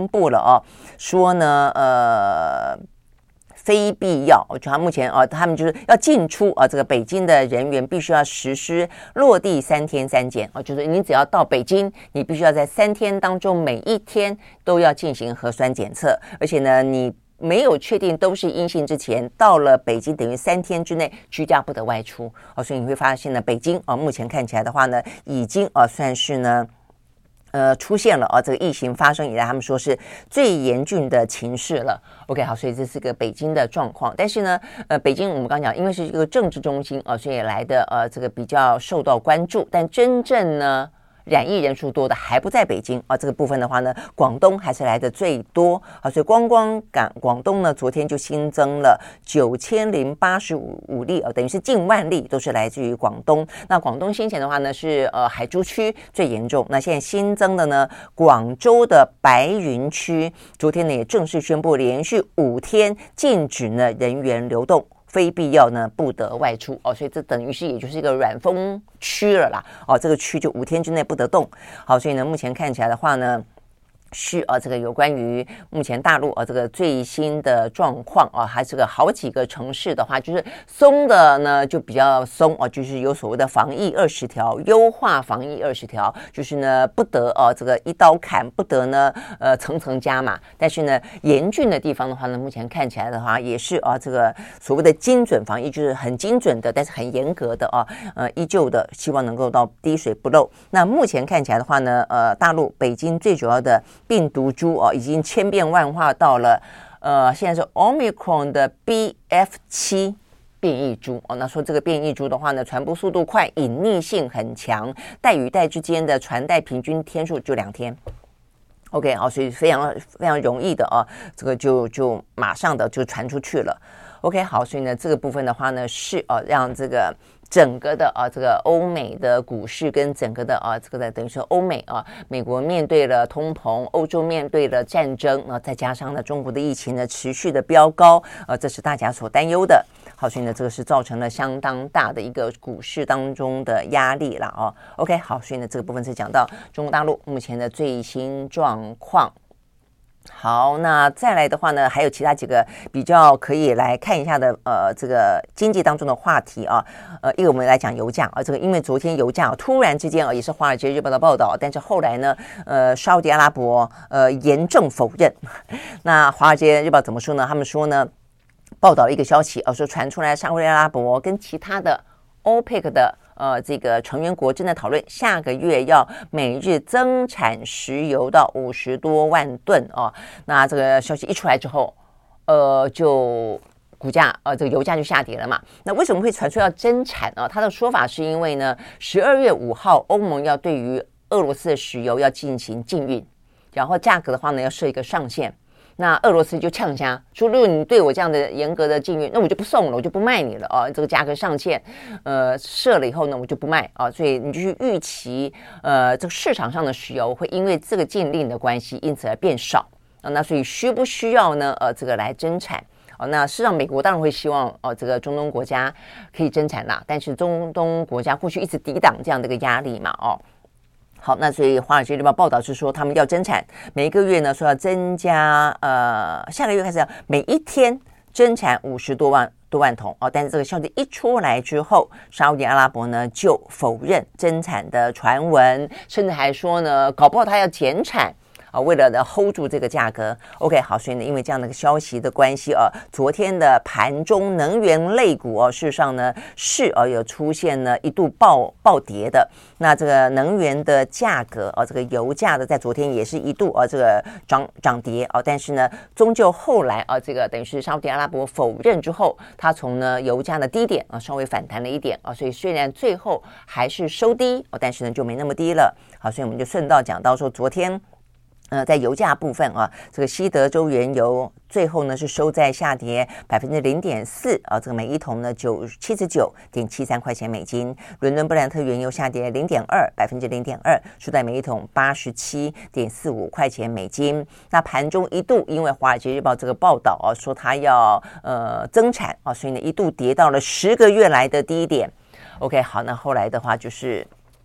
宣布了哦，说呢，呃。非必要，就他目前啊，他们就是要进出啊，这个北京的人员必须要实施落地三天三检啊，就是你只要到北京，你必须要在三天当中每一天都要进行核酸检测，而且呢，你没有确定都是阴性之前，到了北京等于三天之内居家不得外出啊，所以你会发现呢，北京啊，目前看起来的话呢，已经啊算是呢。呃，出现了啊，这个疫情发生以来，他们说是最严峻的情势了。OK， 好，所以这是个北京的状况。但是呢，呃，北京我们刚讲，因为是一个政治中心啊，所以来的呃这个比较受到关注。但真正呢，染疫人数多的还不在北京啊，这个部分的话呢，广东还是来的最多啊，所以光光港广东呢，昨天就新增了九千零八十五例啊，等于是近万例都是来自于广东。那广东先前的话呢是呃海珠区最严重，那现在新增的呢，广州的白云区，昨天呢也正式宣布连续五天禁止呢人员流动。非必要呢不得外出哦，所以这等于是也就是一个软封区了啦哦，这个区就五天之内不得动。好，所以呢目前看起来的话呢。是啊，这个有关于目前大陆啊这个最新的状况啊，还是个好几个城市的话，就是松的呢就比较松啊，就是有所谓的防疫二十条，优化防疫二十条，就是呢不得啊这个一刀砍，不得呢呃层层加码。但是呢严峻的地方的话呢，目前看起来的话也是啊这个所谓的精准防疫，就是很精准的，但是很严格的啊，呃依旧的希望能够到滴水不漏。那目前看起来的话呢，呃大陆北京最主要的病毒株哦，已经千变万化到了，呃，现在是 Omicron 的 B F 七 变异株哦。那说这个变异株的话呢，传播速度快，隐匿性很强，代与代之间的传代平均天数就两天。OK， 好，所以非常非常容易的啊，这个就就马上的就传出去了。OK， 好，所以呢，这个部分的话呢，是啊，让这个。整个的啊，这个欧美的股市跟整个的啊，这个的等于说欧美啊，美国面对了通膨，欧洲面对了战争啊，再加上呢中国的疫情呢持续的飙高，呃，这是大家所担忧的。好，所以呢，这个是造成了相当大的一个股市当中的压力了哦。OK， 好，所以呢，这个部分是讲到中国大陆目前的最新状况。好，那再来的话呢，还有其他几个比较可以来看一下的，呃，这个经济当中的话题啊，呃，一个我们来讲油价啊，这个因为昨天油价、啊、突然之间啊，也是华尔街日报的报道，但是后来呢，呃，沙特阿拉伯呃严正否认。那华尔街日报怎么说呢？他们说呢，报道一个消息啊，说传出来沙特阿拉伯跟其他的 O P E C 的。呃，这个成员国正在讨论下个月要每日增产石油到五十多万吨哦。那这个消息一出来之后，呃，就股价呃这个油价就下跌了嘛。那为什么会传出要增产啊？他的说法是因为呢，十二月五号欧盟要对于俄罗斯的石油要进行禁运，然后价格的话呢要设一个上限。那俄罗斯就呛虾说，如果你对我这样的严格的禁运，那我就不送了，我就不卖你了啊！这个价格上限，呃，设了以后呢，我就不卖啊！所以你就去预期，呃，这个市场上的石油会因为这个禁令的关系，因此而变少啊。那所以需不需要呢？呃，这个来增产哦？那事实上，美国当然会希望哦，这个中东国家可以增产啦，但是中东国家过去一直抵挡这样的一个压力嘛，哦。好，那所以华尔街日报报道是说，他们要增产，每一个月呢说要增加，呃，下个月开始要每一天增产五十多万多万桶哦。但是这个消息一出来之后，沙特阿拉伯呢就否认增产的传闻，甚至还说呢，搞不好他要减产。啊，为了呢 hold 住这个价格 ，OK， 好，所以呢，因为这样的一个消息的关系啊，昨天的盘中能源类股哦，事实上呢是哦有出现呢一度暴暴跌的。那这个能源的价格哦，这个油价的在昨天也是一度哦这个涨涨跌哦，但是呢，终究后来啊，这个等于是沙特阿拉伯否认之后，它从呢油价的低点啊稍微反弹了一点啊，所以虽然最后还是收低哦，但是呢就没那么低了。好，所以我们就顺道讲到说昨天。呃，在油价部分啊，这个西德州原油最后呢是收在下跌百分之零点四啊，这个每一桶呢九七十九点七三块钱美金。伦敦布兰特原油下跌零点二百分之零点二，收在每一桶八十七点四五块钱美金。那盘中一度因为华尔街日报这个报道啊，说它要呃增产啊，所以呢一度跌到了十个月来的低点。OK， 好，那后来的话就是。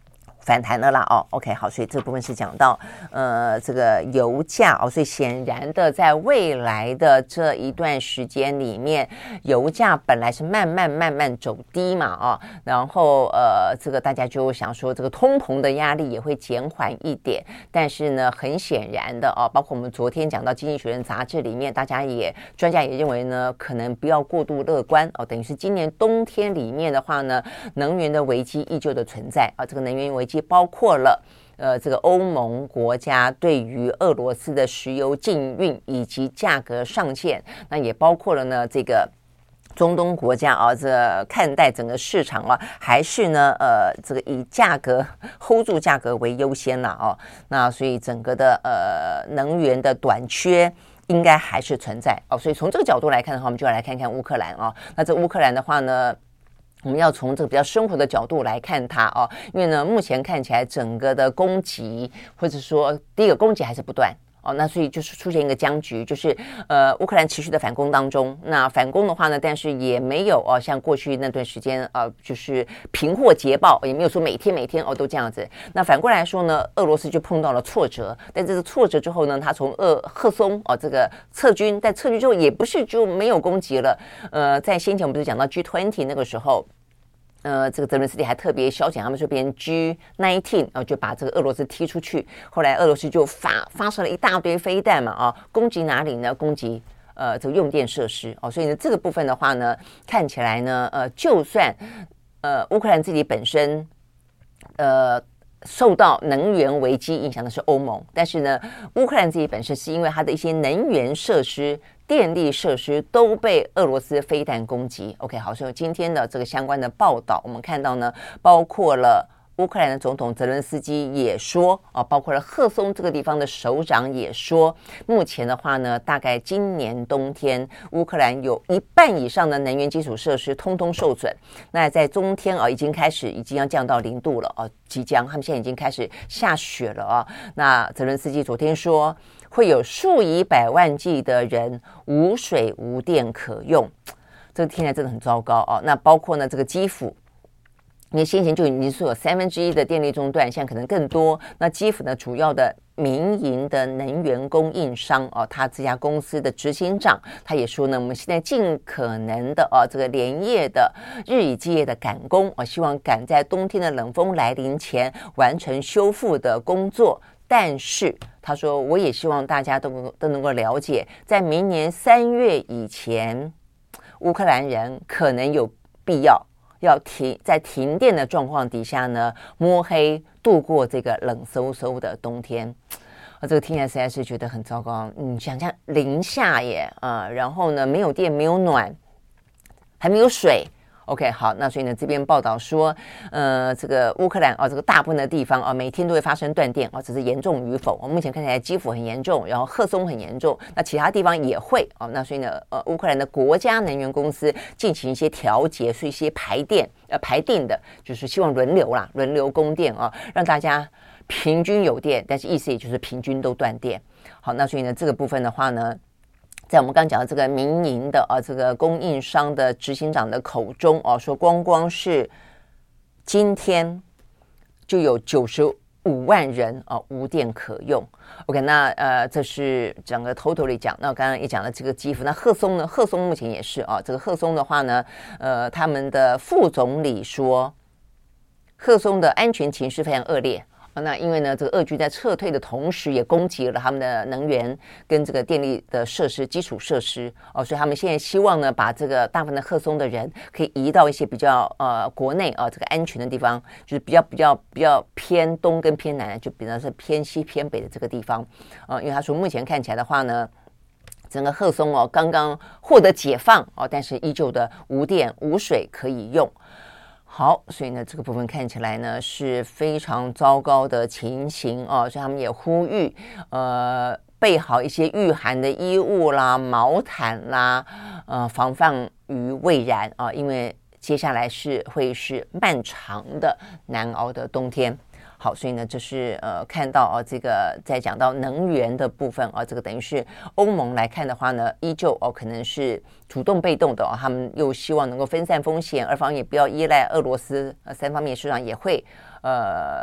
反弹了啦哦 ，OK 好，所以这部分是讲到呃这个油价哦，所以显然的在未来的这一段时间里面，油价本来是慢慢慢慢走低嘛哦，然后呃这个大家就想说这个通膨的压力也会减缓一点，但是呢很显然的哦，包括我们昨天讲到《经济学人》杂志里面，大家也专家也认为呢，可能不要过度乐观哦，等于是今年冬天里面的话呢，能源的危机依旧的存在啊，这个能源危机。包括了呃，这个欧盟国家对于俄罗斯的石油禁运以及价格上限，那也包括了呢这个中东国家啊，这看待整个市场啊，还是呢呃这个以价格 hold 住价格为优先啦哦，那所以整个的呃能源的短缺应该还是存在哦，所以从这个角度来看的话，我们就要来看看乌克兰啊，那这乌克兰的话呢，我们要从这个比较生活的角度来看它哦，因为呢，目前看起来整个的攻击，或者说第一个攻击还是不断哦，那所以就是出现一个僵局，就是呃乌克兰持续的反攻当中，那反攻的话呢，但是也没有哦像过去那段时间呃就是频获捷报，也没有说每天每天哦都这样子。那反过来说呢，俄罗斯就碰到了挫折，但这个挫折之后呢，他从俄赫松哦这个撤军，但撤军之后也不是就没有攻击了，呃，在先前我们不是讲到 G 二十 那个时候。呃，这个泽伦斯基还特别消遣他们说别人 G 十九，然后就把这个俄罗斯踢出去。后来俄罗斯就发发射了一大堆飞弹嘛，啊，攻击哪里呢？攻击呃这个用电设施哦。所以呢，这个部分的话呢，看起来呢，呃，就算呃乌克兰自己本身呃。受到能源危机影响的是欧盟，但是呢，乌克兰自己本身是因为它的一些能源设施、电力设施都被俄罗斯飞弹攻击。OK， 好，所以今天的这个相关的报道，我们看到呢，包括了乌克兰的总统泽伦斯基也说啊，包括了赫松这个地方的首长也说，目前的话呢，大概今年冬天乌克兰有一半以上的能源基础设施通通受损。那在冬天啊，已经开始已经要降到零度了啊，即将他们现在已经开始下雪了啊。那泽伦斯基昨天说，会有数以百万计的人无水无电可用，这个听起来真的很糟糕啊。那包括呢这个基辅。因为先前就已经说有三分之一的电力中断，现在可能更多。那基辅呢，主要的民营的能源供应商哦，他这家公司的执行长他也说呢，我们现在尽可能的哦，这个连夜的日以继夜的赶工哦，希望赶在冬天的冷风来临前完成修复的工作。但是他说，我也希望大家都都能够了解，在明年三月以前，乌克兰人可能有必要。要停在停电的状况底下呢，摸黑度过这个冷馊馊的冬天啊，这个听起来实在是觉得很糟糕。嗯，想想零下耶啊，然后呢没有电，没有暖，还没有水。OK， 好，那所以呢，这边报道说，呃，这个乌克兰啊，这个大部分的地方啊，每天都会发生断电啊，只是严重与否。我目前看起来，基辅很严重，然后赫松很严重，那其他地方也会啊。那所以呢，呃，乌克兰的国家能源公司进行一些调节，所以一些排电呃排定的，就是希望轮流啦，轮流供电啊，让大家平均有电，但是意思也就是平均都断电。好，那所以呢，这个部分的话呢。在我们刚刚讲的这个民营的啊，这个供应商的执行长的口中哦、啊，说光光是今天就有九十五万人啊无电可用。OK， 那呃，这是整个 total 里讲。那我刚刚也讲了这个基辅，那赫松呢？赫松目前也是啊，这个赫松的话呢，呃，他们的副总理说，赫松的安全情势非常恶劣。那因为呢，这个俄军在撤退的同时，也攻击了他们的能源跟这个电力的设施、基础设施哦，所以他们现在希望呢，把这个大部分的赫松的人可以移到一些比较呃国内啊、呃、这个安全的地方，就是比较比较比较偏东跟偏南，就比方是偏西偏北的这个地方啊、呃，因为他说目前看起来的话呢。整个赫松哦，刚刚获得解放哦，但是依旧的无电无水可以用。好，所以呢，这个部分看起来呢是非常糟糕的情形哦，所以他们也呼吁，呃，备好一些御寒的衣物啦、毛毯啦，呃，防范于未然啊，因为接下来是会是漫长的难熬的冬天。好，所以呢，这是呃看到哦，这个在讲到能源的部分啊，这个等于是欧盟来看的话呢，依旧哦可能是主动被动的哦，他们又希望能够分散风险，二方也不要依赖俄罗斯，呃，三方面市场也会呃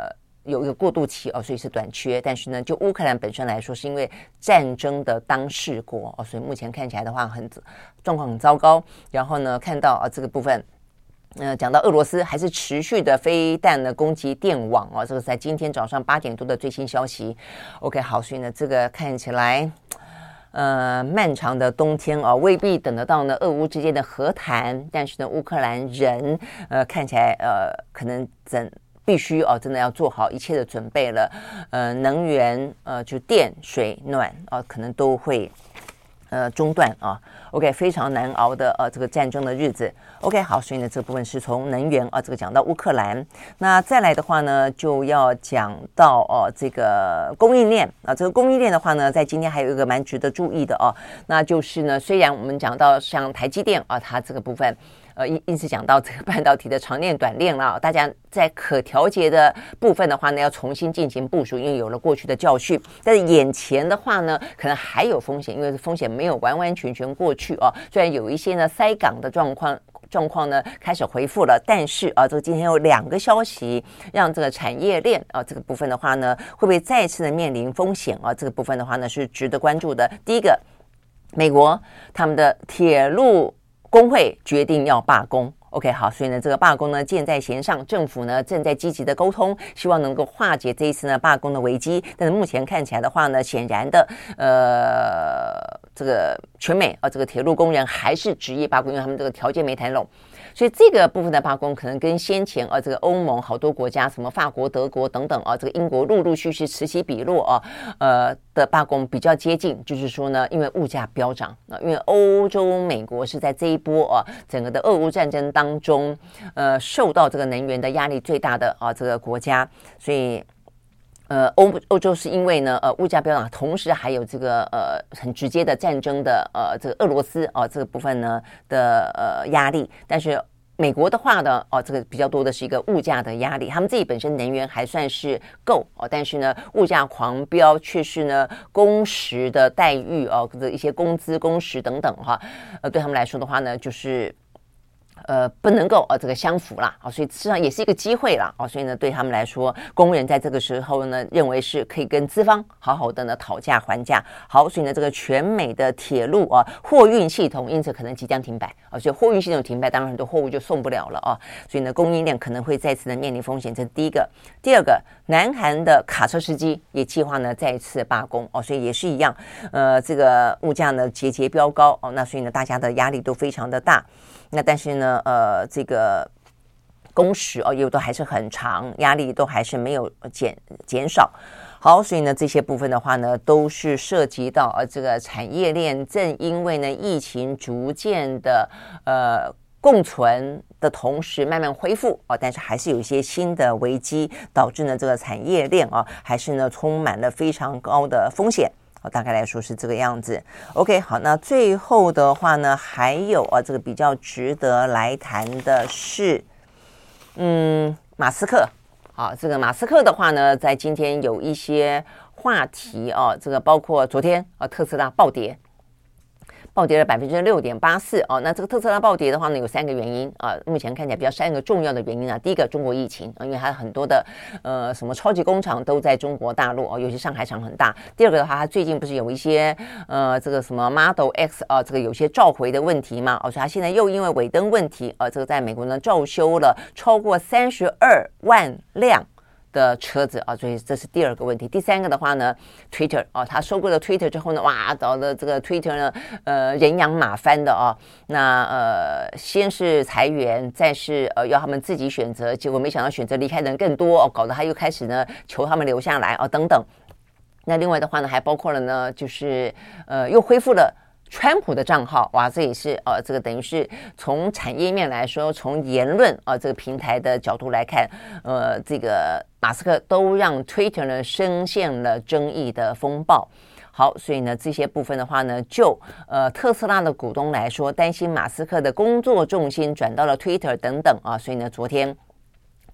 有一个过渡期哦，所以是短缺。但是呢，就乌克兰本身来说，是因为战争的当事国哦，所以目前看起来的话很状况很糟糕。然后呢，看到啊这个部分。呃，讲到俄罗斯还是持续的飞弹的攻击电网哦，这个是在今天早上八点多的最新消息。OK， 好，所以呢，这个看起来，呃，漫长的冬天哦，未必等得到呢俄乌之间的和谈。但是呢，乌克兰人呃看起来呃可能整必须哦，真的要做好一切的准备了。呃，能源呃就电、水、暖啊、呃，可能都会。呃，中断啊 ，OK， 非常难熬的呃这个战争的日子 ，OK， 好，所以呢这部分是从能源啊这个讲到乌克兰，那再来的话呢就要讲到哦这个供应链啊，这个供应链的话呢，在今天还有一个蛮值得注意的哦，那就是呢，虽然我们讲到像台积电啊，它这个部分。呃，一一直讲到这个半导体的长链、短链了，大家在可调节的部分的话呢，要重新进行部署，因为有了过去的教训。但是眼前的话呢，可能还有风险，因为风险没有完完全全过去哦。虽然有一些呢塞港的状况。状况呢开始恢复了，但是啊，这个今天有两个消息，让这个产业链啊这个部分的话呢，会不会再次的面临风险啊？这个部分的话呢是值得关注的。第一个，美国他们的铁路。工会决定要罢工 ，OK， 好，所以呢，这个罢工呢箭在弦上，政府呢正在积极的沟通，希望能够化解这一次呢罢工的危机。但是目前看起来的话呢，显然的，呃，这个全美啊，这个铁路工人还是执意罢工，因为他们这个条件没谈拢。所以这个部分的罢工可能跟先前啊这个欧盟好多国家，什么法国、德国等等啊，这个英国陆陆续续此起彼落啊，呃的罢工比较接近，就是说呢，因为物价飙涨啊，因为欧洲、美国是在这一波啊整个的俄乌战争当中，呃受到这个能源的压力最大的啊这个国家，所以。呃，欧欧洲是因为呢，呃，物价飙涨，同时还有这个呃很直接的战争的呃这个俄罗斯啊、呃、这个部分呢的呃压力，但是美国的话呢，哦，这个比较多的是一个物价的压力，他们自己本身能源还算是够哦，但是呢，物价狂飙却是呢工时的待遇哦的一些工资、工时等等哈，呃，对他们来说的话呢，就是。呃，不能够呃这个相符啦，啊、哦，所以实际上也是一个机会啦，哦，所以呢，对他们来说，工人在这个时候呢，认为是可以跟资方好好的呢讨价还价。好，所以呢，这个全美的铁路啊货运系统因此可能即将停摆啊、哦，所以货运系统停摆，当然很多货物就送不了了啊、哦，所以呢，供应链可能会再次的面临风险，这是第一个。第二个，南韩的卡车司机也计划呢再一次罢工哦，所以也是一样，呃，这个物价呢节节飙高哦，那所以呢，大家的压力都非常的大。那但是呢，呃，这个工时哦，又都还是很长，压力都还是没有减减少。好，所以呢，这些部分的话呢，都是涉及到呃这个产业链，正因为呢疫情逐渐的呃共存的同时慢慢恢复哦，但是还是有一些新的危机，导致呢这个产业链啊，还是呢充满了非常高的风险。大概来说是这个样子 OK 好，那最后的话呢还有啊这个比较值得来谈的是嗯马斯克好，这个马斯克的话呢在今天有一些话题啊，这个包括昨天啊特斯拉暴跌暴跌了百分之六点八四哦，那这个特斯拉暴跌的话呢，有三个原因啊，目前看起来比较三个重要的原因啊。第一个，中国疫情啊，因为它很多的呃什么超级工厂都在中国大陆哦，尤其上海厂很大。第二个的话，它最近不是有一些呃这个什么 Model X 啊，这个有些召回的问题嘛，哦，所以它现在又因为尾灯问题，呃，这个在美国呢召修了超过三十二万辆。的车子啊，所以这是第二个问题。第三个的话呢 ，Twitter 啊，他收购了 Twitter 之后呢，哇，搞得这个 Twitter 呢，呃，人仰马翻的啊。那呃，先是裁员，再是呃要他们自己选择，结果没想到选择离开的人更多哦，搞得他又开始呢求他们留下来啊，等等。那另外的话呢，还包括了呢，就是呃又恢复了。川普的账号，哇，这也是呃，这个等于是从产业面来说，从言论啊、呃、这个平台的角度来看，呃，这个马斯克都让 Twitter 呢深陷了争议的风暴。好，所以呢，这些部分的话呢，就呃特斯拉的股东来说，担心马斯克的工作重心转到了 Twitter 等等啊，所以呢，昨天。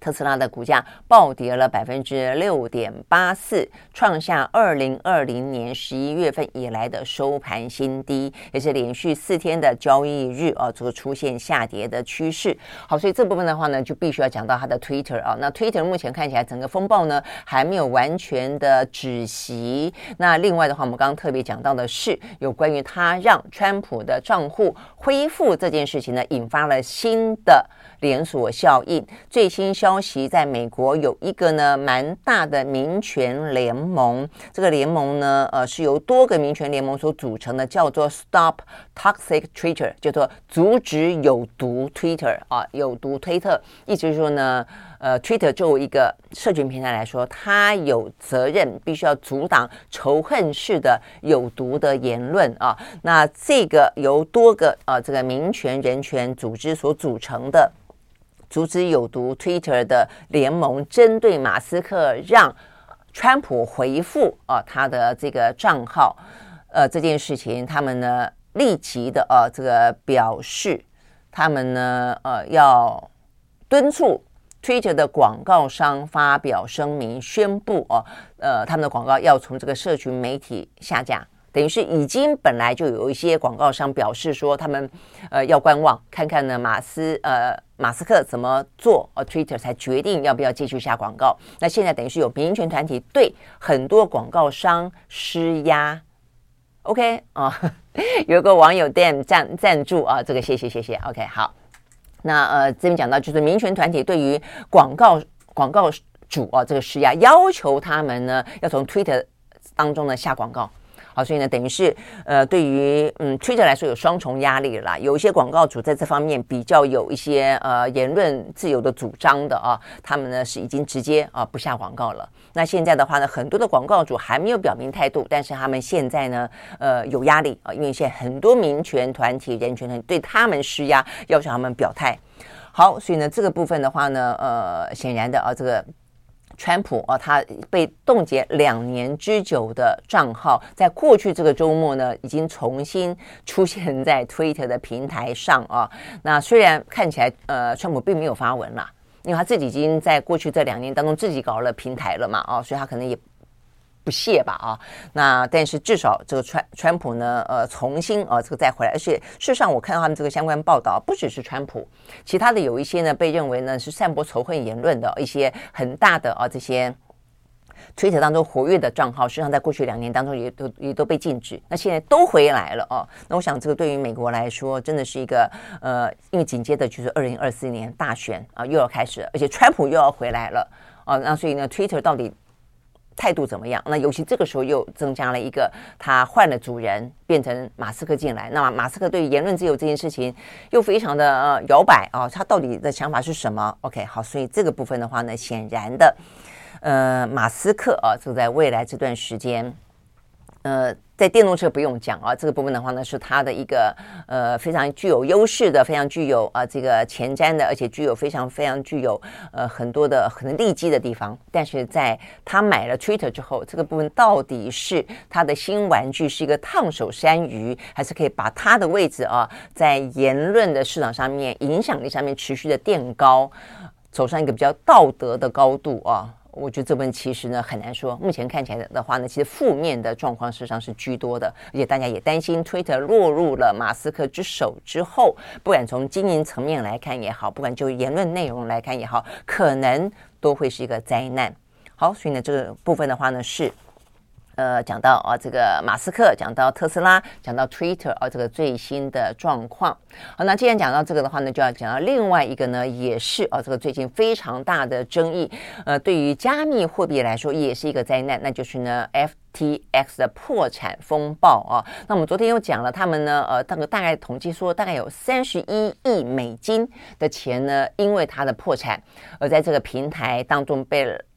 特斯拉的股价暴跌了百分之六点八四，创下二零二零年十一月份以来的收盘新低，也是连续四天的交易日啊，这个出现下跌的趋势。好，所以这部分的话呢，就必须要讲到它的 Twitter 啊。那 Twitter 目前看起来整个风暴呢还没有完全的止息。那另外的话，我们刚刚特别讲到的是有关于他让川普的账户恢复这件事情呢，引发了新的连锁效应。最新消息，在美国有一个呢蛮大的民权联盟，这个联盟呢呃是由多个民权联盟所组成的，叫做 Stop Toxic Twitter， 叫做阻止有毒 Twitter 啊，有毒推特。意思是说呢呃 Twitter 作为一个社群平台来说，它有责任必须要阻挡仇恨式的有毒的言论啊。那这个由多个呃这个民权人权组织所组成的阻止有毒 Twitter 的联盟，针对马斯克让川普回复啊他的这个账号呃这件事情，他们呢立即的呃这个表示，他们呢呃要敦促Twitter 的广告商发表声明，宣布哦，呃，他们的广告要从这个社群媒体下架。等于是已经本来就有一些广告商表示说，他们呃要观望，看看呢马斯呃马斯克怎么做，呃 Twitter 才决定要不要继续下广告。那现在等于是有民权团体对很多广告商施压。OK 啊，有一个网友 Dan 赞赞助啊，这个谢谢谢谢。OK 好。那呃，这边讲到就是民权团体对于广告广告主啊这个施压，要求他们呢要从 Twitter 当中呢下广告。好，所以呢，等于是呃，对于嗯 Twitter 来说有双重压力啦。有一些广告主在这方面比较有一些呃言论自由的主张的啊，他们呢是已经直接啊不下广告了。那现在的话呢，很多的广告主还没有表明态度，但是他们现在呢呃有压力啊，因为现在很多民权团体、人权团体对他们施压，要求他们表态。好，所以呢这个部分的话呢，呃，显然的啊，这个川普啊，他被冻结两年之久的账号，在过去这个周末呢，已经重新出现在 Twitter 的平台上啊。那虽然看起来，呃，川普并没有发文啦，因为他自己已经在过去这两年当中自己搞了平台了嘛，啊，所以他可能也不屑吧啊。那但是至少这个川川普呢，呃，重新啊这个再回来，而且事实上我看到他们这个相关报道，不只是川普，其他的有一些呢被认为呢是散播仇恨言论的一些很大的啊这些Twitter 当中活跃的账号，实际上在过去两年当中也都也都被禁止，那现在都回来了哦。那我想这个对于美国来说，真的是一个呃，因为紧接着就是二零二四年大选啊又要开始了，而且川普又要回来了啊，那所以呢 Twitter 到底态度怎么样？那尤其这个时候又增加了一个他换了主人，变成马斯克进来。那么马斯克对于言论自由这件事情又非常的呃摇摆啊，他到底的想法是什么 ？OK， 好，所以这个部分的话呢，显然的，呃，马斯克啊，就在未来这段时间，呃。在电动车不用讲啊，这个部分的话呢，是它的一个呃非常具有优势的、非常具有啊、呃、这个前瞻的，而且具有非常非常具有呃很多的可能利基的地方。但是在他买了 Twitter 之后，这个部分到底是他的新玩具，是一个烫手山芋，还是可以把他的位置啊在言论的市场上面、影响力上面持续的垫高，走上一个比较道德的高度啊？我觉得这部分其实呢很难说，目前看起来的话呢，其实负面的状况事实上是居多的，而且大家也担心 Twitter 落入了马斯克之手之后，不管从经营层面来看也好，不管就言论内容来看也好，可能都会是一个灾难。好，所以呢这个部分的话呢是呃，讲到啊，这个马斯克，讲到特斯拉，讲到 Twitter 啊，这个最新的状况。好，那既然讲到这个的话呢，就要讲到另外一个呢，也是啊，这个最近非常大的争议，呃，对于加密货币来说也是一个灾难，那就是呢 F T X 的破产风暴啊。那我们昨天又讲了，他们呢，呃，大概大概统计说，大概有三十一亿美金的钱呢，因为它的破产，而在这个平台当中被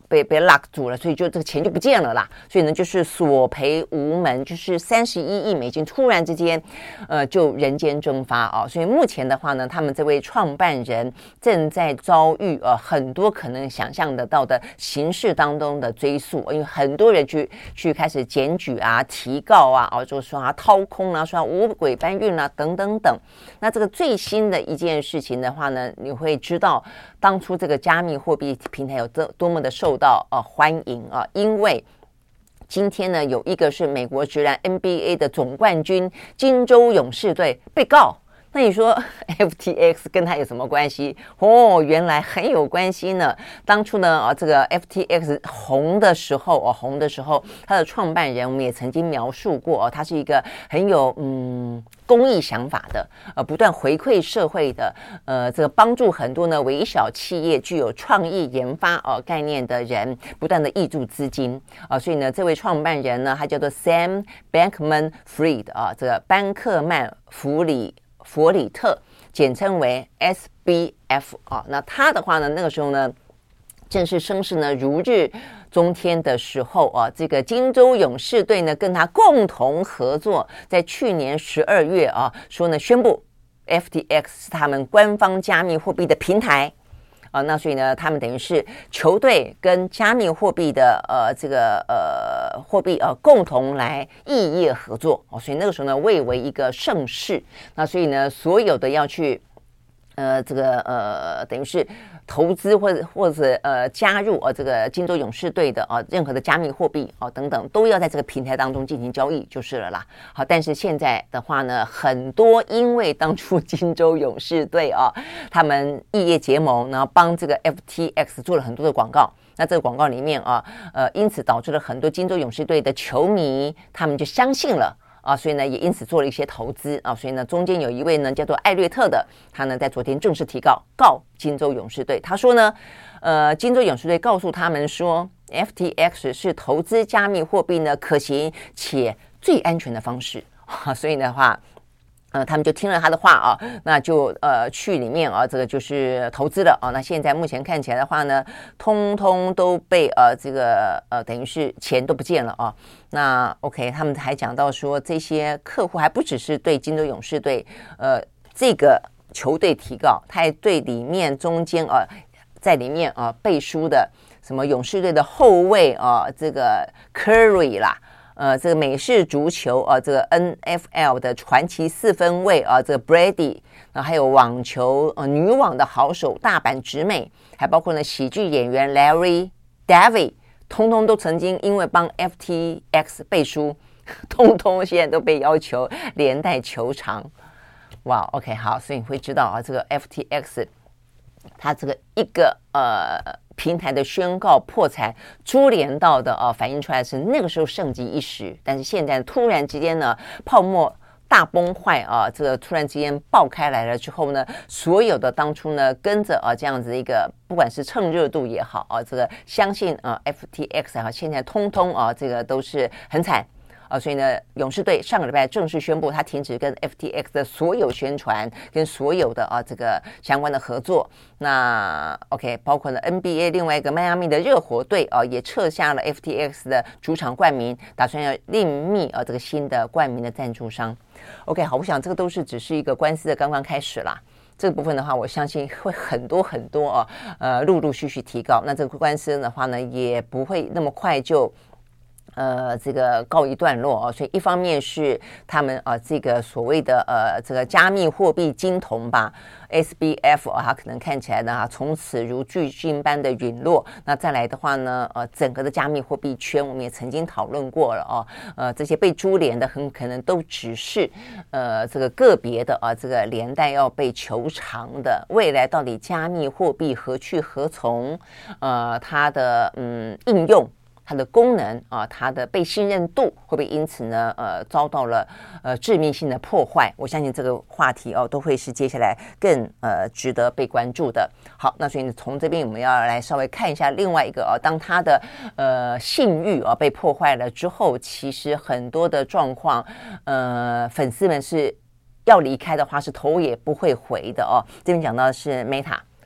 被被 lock 住了，所以就这个钱就不见了啦。所以呢，就是索赔无门，就是三十一亿美金突然之间，呃，就人间蒸发啊。所以目前的话呢，他们这位创办人正在遭遇呃很多可能想象得到的刑事当中的追诉，因为很多人去去开始检举啊、提告啊，哦，就说他掏空啊，说他五轨搬运啊，等等等。那这个最新的一件事情的话呢，你会知道当初这个加密货币平台有多多么的受到呃欢迎啊，因为今天呢有一个是美国职篮 N B A 的总冠军金州勇士队被告。那你说 F T X 跟他有什么关系？哦，原来很有关系呢。当初呢，啊，这个 F T X 红的时候，哦，红的时候，他的创办人我们也曾经描述过，哦，他是一个很有嗯公益想法的，呃，不断回馈社会的，呃，这个帮助很多呢微小企业具有创意研发哦概念的人，不断的挹注资金啊，所以呢，这位创办人呢，他叫做 Sam Bankman-Fried 啊，这个班克曼弗里。佛里特，简称为 S B F 啊。那他的话呢，那个时候呢，正是声势呢如日中天的时候啊。这个金州勇士队呢，跟他共同合作，在去年十二月啊，说呢宣布 F T X 是他们官方加密货币的平台。啊，那所以呢，他们等于是球队跟加密货币的呃这个呃货币呃共同来异业合作哦，所以那个时候呢，蔚为一个盛事。那所以呢，所有的要去呃这个呃等于是投资或者或者呃加入呃这个金州勇士队的啊、呃、任何的加密货币啊、呃、等等，都要在这个平台当中进行交易就是了啦。好，但是现在的话呢，很多因为当初金州勇士队啊，他们异业结盟，然后帮这个 F T X 做了很多的广告。那这个广告里面啊，呃，因此导致了很多金州勇士队的球迷，他们就相信了。啊，所以呢，也因此做了一些投资啊，所以呢，中间有一位呢叫做艾略特的，他呢在昨天正式提告告金州勇士队，他说呢，呃，金州勇士队告诉他们说 ，F T X 是投资加密货币呢可行且最安全的方式啊，所以的话。呃，他们就听了他的话啊，那就呃去里面啊，这个就是投资了啊。那现在目前看起来的话呢，通通都被呃这个呃等于是钱都不见了啊。那 OK， 他们还讲到说，这些客户还不只是对金州勇士队呃这个球队提告，他还对里面中间啊在里面啊背书的什么勇士队的后卫啊，这个 Curry 啦。呃，这个美式足球啊、呃，这个 N F L 的传奇四分卫啊、呃，这个 Brady， 然后还有网球呃女网的好手大阪直美，还包括呢喜剧演员 Larry David， 通通都曾经因为帮 F T X 背书，通通现在都被要求连带求偿。哇 ，OK， 好，所以你会知道啊，这个 F T X 它这个一个呃。平台的宣告破产，株连到的啊，反映出来是那个时候盛极一时，但是现在突然之间呢，泡沫大崩坏啊，这个突然之间爆开来了之后呢，所有的当初呢跟着啊这样子一个，不管是蹭热度也好啊，这个相信啊 F T X 啊，现在通通啊这个都是很惨。啊，所以呢，勇士队上个礼拜正式宣布，他停止跟 F T X 的所有宣传跟所有的啊这个相关的合作。那 OK， 包括了 N B A 另外一个迈阿密的热火队啊，也撤下了 F T X 的主场冠名，打算要另觅啊这个新的冠名的赞助商。OK， 好，我想这个都是只是一个官司的刚刚开始啦。这个部分的话，我相信会很多很多啊，呃，陆陆续续提告。那这个官司的话呢，也不会那么快就。呃，这个告一段落啊，所以一方面是他们啊，这个所谓的呃，这个加密货币金童吧 ，S B F 啊，它可能看起来呢，啊，从此如巨星般的陨落。那再来的话呢，呃，整个的加密货币圈，我们也曾经讨论过了哦，呃，这些被株连的很可能都只是呃这个个别的啊，这个连带要被求偿的。未来到底加密货币何去何从？呃，它的嗯应用。它的功能啊，它的被信任度会不会因此呢，呃，遭到了呃致命性的破坏？我相信这个话题哦，都会是接下来更呃值得被关注的。好，那所以从这边我们要来稍微看一下另外一个啊，当他的呃信誉啊被破坏了之后，其实很多的状况，呃，粉丝们是要离开的话是头也不会回的哦。这边讲到的是 Meta。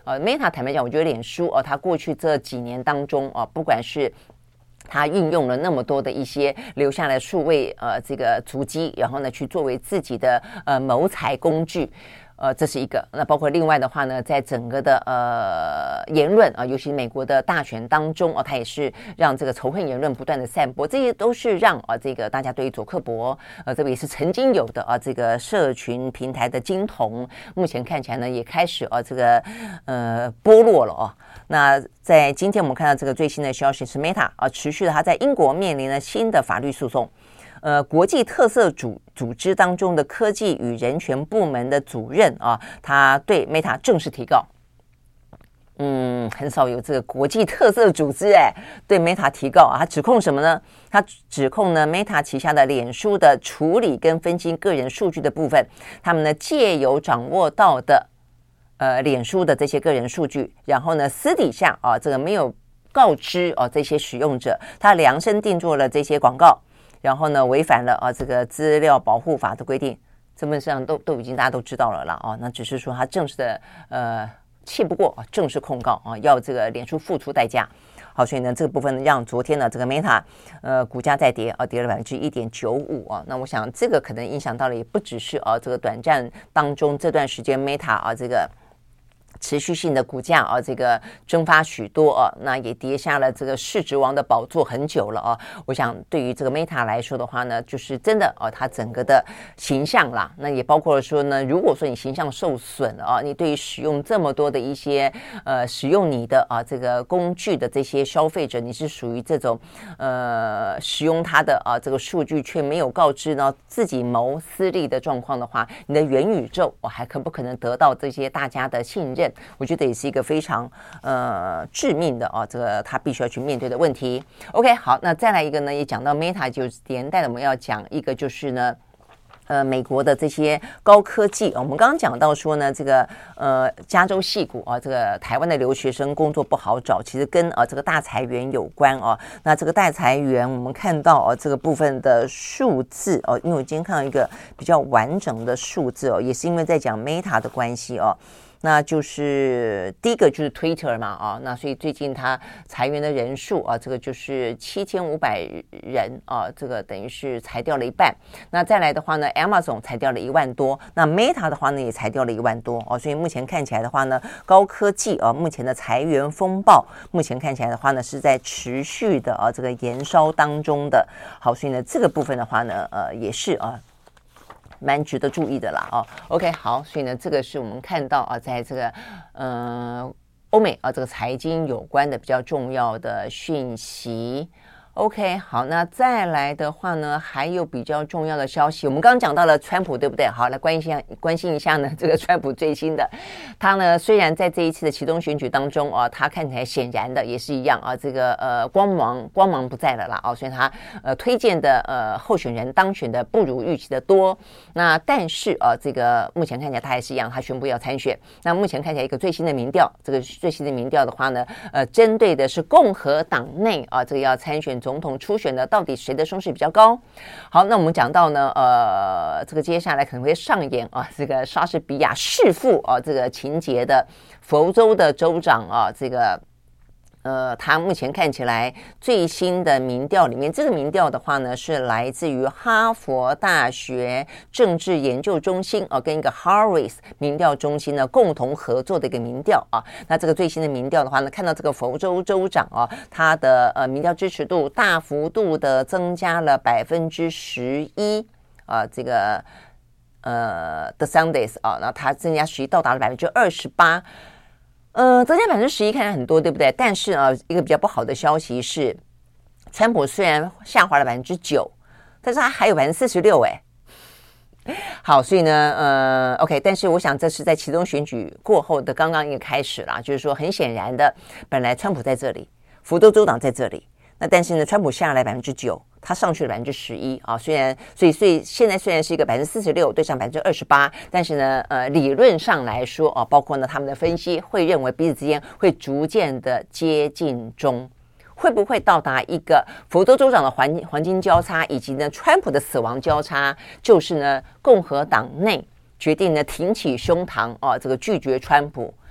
呃 Meta 坦白讲，我觉得脸书哦，它过去这几年当中哦，不管是它运用了那么多的一些留下来数位呃这个足迹，然后呢去作为自己的呃谋财工具。呃，这是一个。那包括另外的话呢，在整个的呃言论啊、呃，尤其美国的大选当中哦，它也是让这个仇恨言论不断的散播，这些都是让啊、呃、这个大家对于佐克伯呃这个也是曾经有的啊、呃、这个社群平台的金童，目前看起来呢也开始啊、呃、这个呃剥落了哦。那在今天我们看到这个最新的消息是 Meta 啊、呃、持续的它在英国面临了新的法律诉讼。呃，国际特色组组织当中的科技与人权部门的主任啊，他对 Meta 正式提告。嗯，很少有这个国际特色组织哎对 Meta 提告啊，他指控什么呢？他指控呢 Meta 旗下的脸书的处理跟分析个人数据的部分，他们呢借由掌握到的呃脸书的这些个人数据，然后呢私底下啊这个没有告知啊这些使用者，他量身定做了这些广告。然后呢，违反了啊这个资料保护法的规定，基本上都都已经大家都知道了啦啊，那只是说他正式的呃气不过啊，正式控告啊，要这个脸书付出代价。好，所以呢这个部分让昨天呢这个 Meta 呃股价再跌啊，跌了百分之一点九五啊。那我想这个可能影响到了也不只是啊这个短暂当中这段时间 Meta 啊这个。持续性的股价啊，这个蒸发许多啊，那也跌下了这个市值王的宝座很久了啊。我想对于这个 Meta 来说的话呢，就是真的啊，它整个的形象啦，那也包括了说呢，如果说你形象受损了啊，你对于使用这么多的一些呃使用你的啊这个工具的这些消费者，你是属于这种呃使用它的啊这个数据却没有告知呢自己谋私利的状况的话，你的元宇宙我、哦、还可不可能得到这些大家的信任？我觉得也是一个非常呃致命的啊，这个他必须要去面对的问题。OK， 好，那再来一个呢，也讲到 Meta 就连带的我们要讲一个就是呢。呃，美国的这些高科技，我们刚刚讲到说呢，这个呃，加州矽谷啊，这个台湾的留学生工作不好找，其实跟啊这个大裁员有关啊。那这个大裁员，我们看到啊这个部分的数字哦、啊，因为我今天看到一个比较完整的数字哦、啊，也是因为在讲 Meta 的关系哦、啊。那就是第一个就是 Twitter 嘛啊，那所以最近它裁员的人数啊，这个就是七千五百人啊，这个等于是裁掉了一半。那再来的话呢 ，Amazon 裁掉了一万多，那 Meta 的话呢也裁掉了一万多哦，所以目前看起来的话呢，高科技啊，目前的裁员风暴，目前看起来的话呢是在持续的啊这个延烧当中的。好，所以呢这个部分的话呢，呃也是啊。蛮值得注意的啦哦 ，OK 好，所以呢，这个是我们看到啊，在这个呃欧美啊这个财经有关的比较重要的讯息。OK， 好，那再来的话呢，还有比较重要的消息，我们刚刚讲到了川普，对不对？好，来关心关心一下呢，这个川普最新的，他呢虽然在这一次的期中选举当中啊，他看起来显然的也是一样啊，这个呃光芒光芒不在了啦啊，所以他呃推荐的呃候选人当选的不如预期的多。那但是啊，这个目前看起来他还是一样，他宣布要参选。那目前看起来一个最新的民调，这个最新的民调的话呢，呃，针对的是共和党内啊，这个要参选总统初选的，到底谁的声势比较高？好，那我们讲到呢，呃，这个接下来可能会上演啊，这个莎士比亚弑父啊这个情节的佛州的州长啊，这个。呃，他目前看起来最新的民调里面，这个民调的话呢，是来自于哈佛大学政治研究中心啊，跟一个 Harris 民调中心呢共同合作的一个民调啊。那这个最新的民调的话呢，看到这个佛州州长啊，他的呃民调支持度大幅度的增加了百分之十一啊，这个呃 The Sundays 啊，那他增加十一到达了百分之二十八。呃，增加百分之十一看起来很多，对不对？但是啊，一个比较不好的消息是，川普虽然下滑了百分之九，但是他还有百分之四十六，哎。好，所以呢，呃 ，OK， 但是我想这是在期中选举过后的刚刚一个开始啦，就是说很显然的，本来川普在这里，佛州州长在这里，那但是呢，川普下来百分之九。它上去了百分之十一啊，虽然所以所以现在虽然是一个百分之四十六对上百分之二十八，但是呢，呃，理论上来说啊，包括呢他们的分析会认为彼此之间会逐渐的接近中，会不会到达一个佛州州长的黄黄金交叉，以及呢川普的死亡交叉，就是呢共和党内决定呢挺起胸膛啊，这个拒绝川普。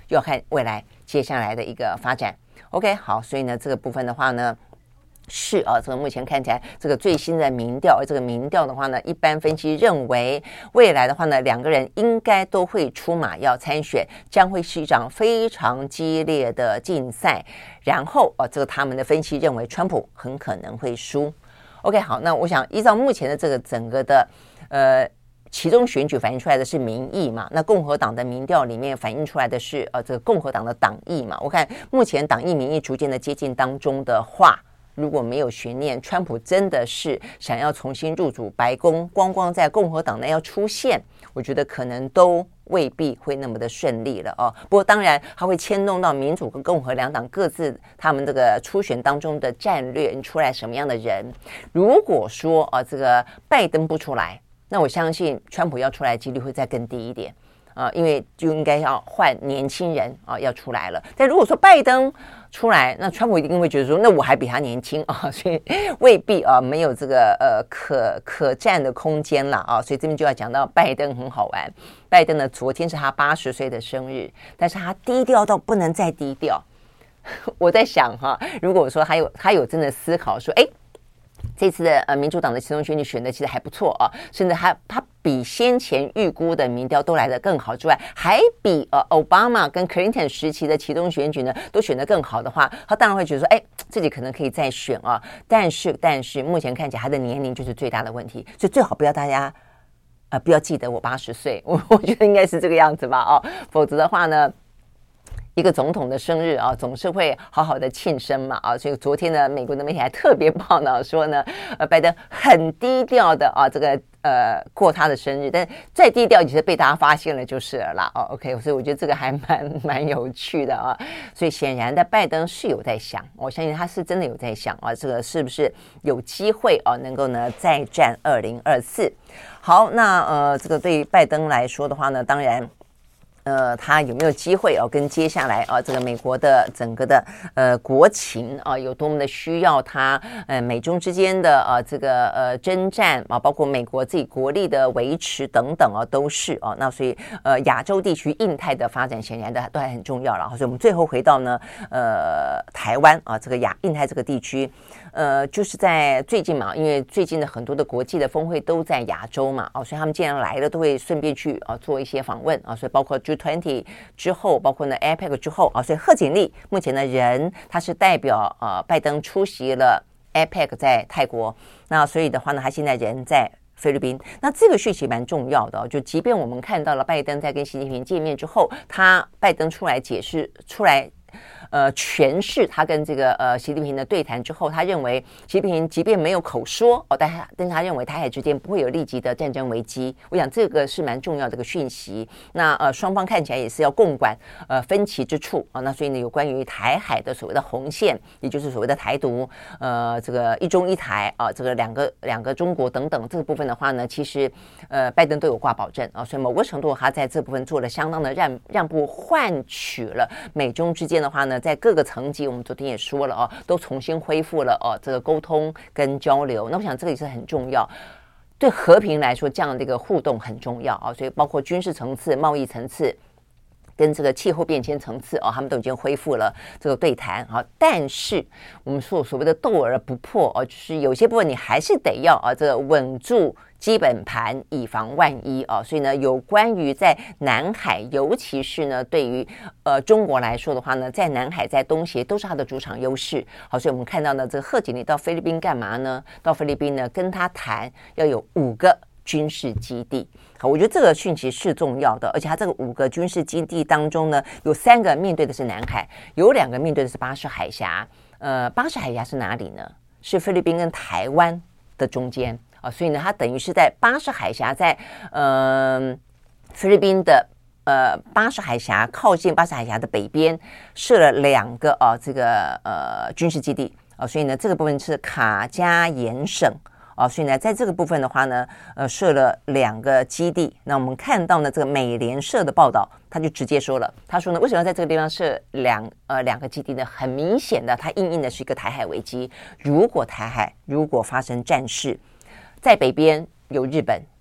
要看未来接下来的一个发展。OK， 好，所以呢，这个部分的话呢。是啊，这个目前看起来，这个最新的民调，这个民调的话呢，一般分析认为，未来的话呢，两个人应该都会出马要参选，将会是一场非常激烈的竞赛。然后啊，这个他们的分析认为，川普很可能会输。OK， 好，那我想依照目前的这个整个的呃。其中选举反映出来的是民意嘛，那共和党的民调里面反映出来的是呃这个共和党的党意嘛。我看目前党意民意逐渐的接近当中的话，如果没有悬念，川普真的是想要重新入主白宫，光光在共和党内要出现，我觉得可能都未必会那么的顺利了哦。不过当然，它会牵动到民主跟共和两党各自他们这个初选当中的战略出来什么样的人。如果说啊这个拜登不出来，那我相信川普要出来的几率会再更低一点啊、呃，因为就应该要换年轻人啊、呃、要出来了。但如果说拜登出来，那川普一定会觉得说，那我还比他年轻啊，所以未必啊没有这个呃可可占的空间了啊。所以这边就要讲到拜登很好玩。拜登呢，昨天是他八十岁的生日，但是他低调到不能再低调。我在想哈，如果说他有他有真的思考说，哎。这次的呃民主党的其中选举选的其实还不错啊，甚至他他比先前预估的民调都来得更好之外，还比呃奥巴马跟 Clinton 时期的其中选举呢都选得更好的话，他当然会觉得说，哎，自己可能可以再选啊。但是但是目前看起来他的年龄就是最大的问题，所以最好不要大家呃不要记得我八十岁，我我觉得应该是这个样子吧哦，否则的话呢。一个总统的生日啊，总是会好好的庆生嘛啊，所以昨天呢，美国的媒体还特别报道说呢，呃，拜登很低调的啊，这个呃过他的生日，但再低调其实被大家发现了就是了啦哦 ，OK， 所以我觉得这个还蛮蛮有趣的啊，所以显然的拜登是有在想，我相信他是真的有在想啊，这个是不是有机会啊，能够呢再战二零二四？好，那呃，这个对于拜登来说的话呢，当然。呃，他有没有机会哦？跟接下来啊，这个美国的整个的呃国情啊，有多么的需要他？呃，美中之间的呃这个呃征战啊，包括美国自己国力的维持等等啊，都是啊。那所以呃，亚洲地区、印太的发展显然的都还很重要了。所以我们最后回到呢，呃，台湾啊，这个亚印太这个地区，呃，就是在最近嘛，因为最近的很多的国际的峰会都在亚洲嘛，哦，所以他们既然来了，都会顺便去啊做一些访问啊，所以包括。G 二十 之后，包括呢 A P E C 之后啊，所以贺锦丽目前的人他是代表呃拜登出席了 A P E C 在泰国，那所以的话呢，他现在人在菲律宾。那这个讯息蛮重要的、哦，就即便我们看到了拜登在跟习近平见面之后，他拜登出来解释出来。呃，诠释他跟这个呃习近平的对谈之后，他认为习近平即便没有口说哦，但他但是他认为台海之间不会有立即的战争危机。我想这个是蛮重要的一个讯息。那呃双方看起来也是要共管呃分歧之处啊、哦。那所以呢，有关于台海的所谓的红线，也就是所谓的台独，呃，这个一中一台啊、呃，这个两个两个中国等等这个部分的话呢，其实呃拜登都有挂保证啊、哦，所以某个程度他在这部分做了相当的让让步，换取了美中之间的话呢。在各个层级，我们昨天也说了哦，都重新恢复了哦，这个沟通跟交流。那我想这个也是很重要，对和平来说，这样的一个互动很重要啊。所以包括军事层次、贸易层次。跟这个气候变迁层次哦，他们都已经恢复了这个对谈啊，但是我们说所谓的斗而不破哦，就是有些部分你还是得要啊，这个稳住基本盘，以防万一啊。所以呢，有关于在南海，尤其是呢，对于呃中国来说的话呢，在南海、在东协都是它的主场优势。好，所以我们看到呢，这个贺锦丽到菲律宾干嘛呢？到菲律宾呢，跟他谈要有五个。军事基地，好，我觉得这个讯息是重要的，而且它这个五个军事基地当中呢，有三个面对的是南海，有两个面对的是巴士海峡。呃，巴士海峡是哪里呢？是菲律宾跟台湾的中间啊，所以呢，它等于是在巴士海峡在呃菲律宾的呃巴士海峡靠近巴士海峡的北边设了两个啊这个呃军事基地啊，所以呢，这个部分是卡加延省。哦，所以呢，在这个部分的话呢，呃，设了两个基地。那我们看到呢，这个美联社的报道，他就直接说了，他说呢，为什么要在这个地方设两呃两个基地呢？很明显的，它因应的是一个台海危机。如果台海如果发生战事，在北边有日本，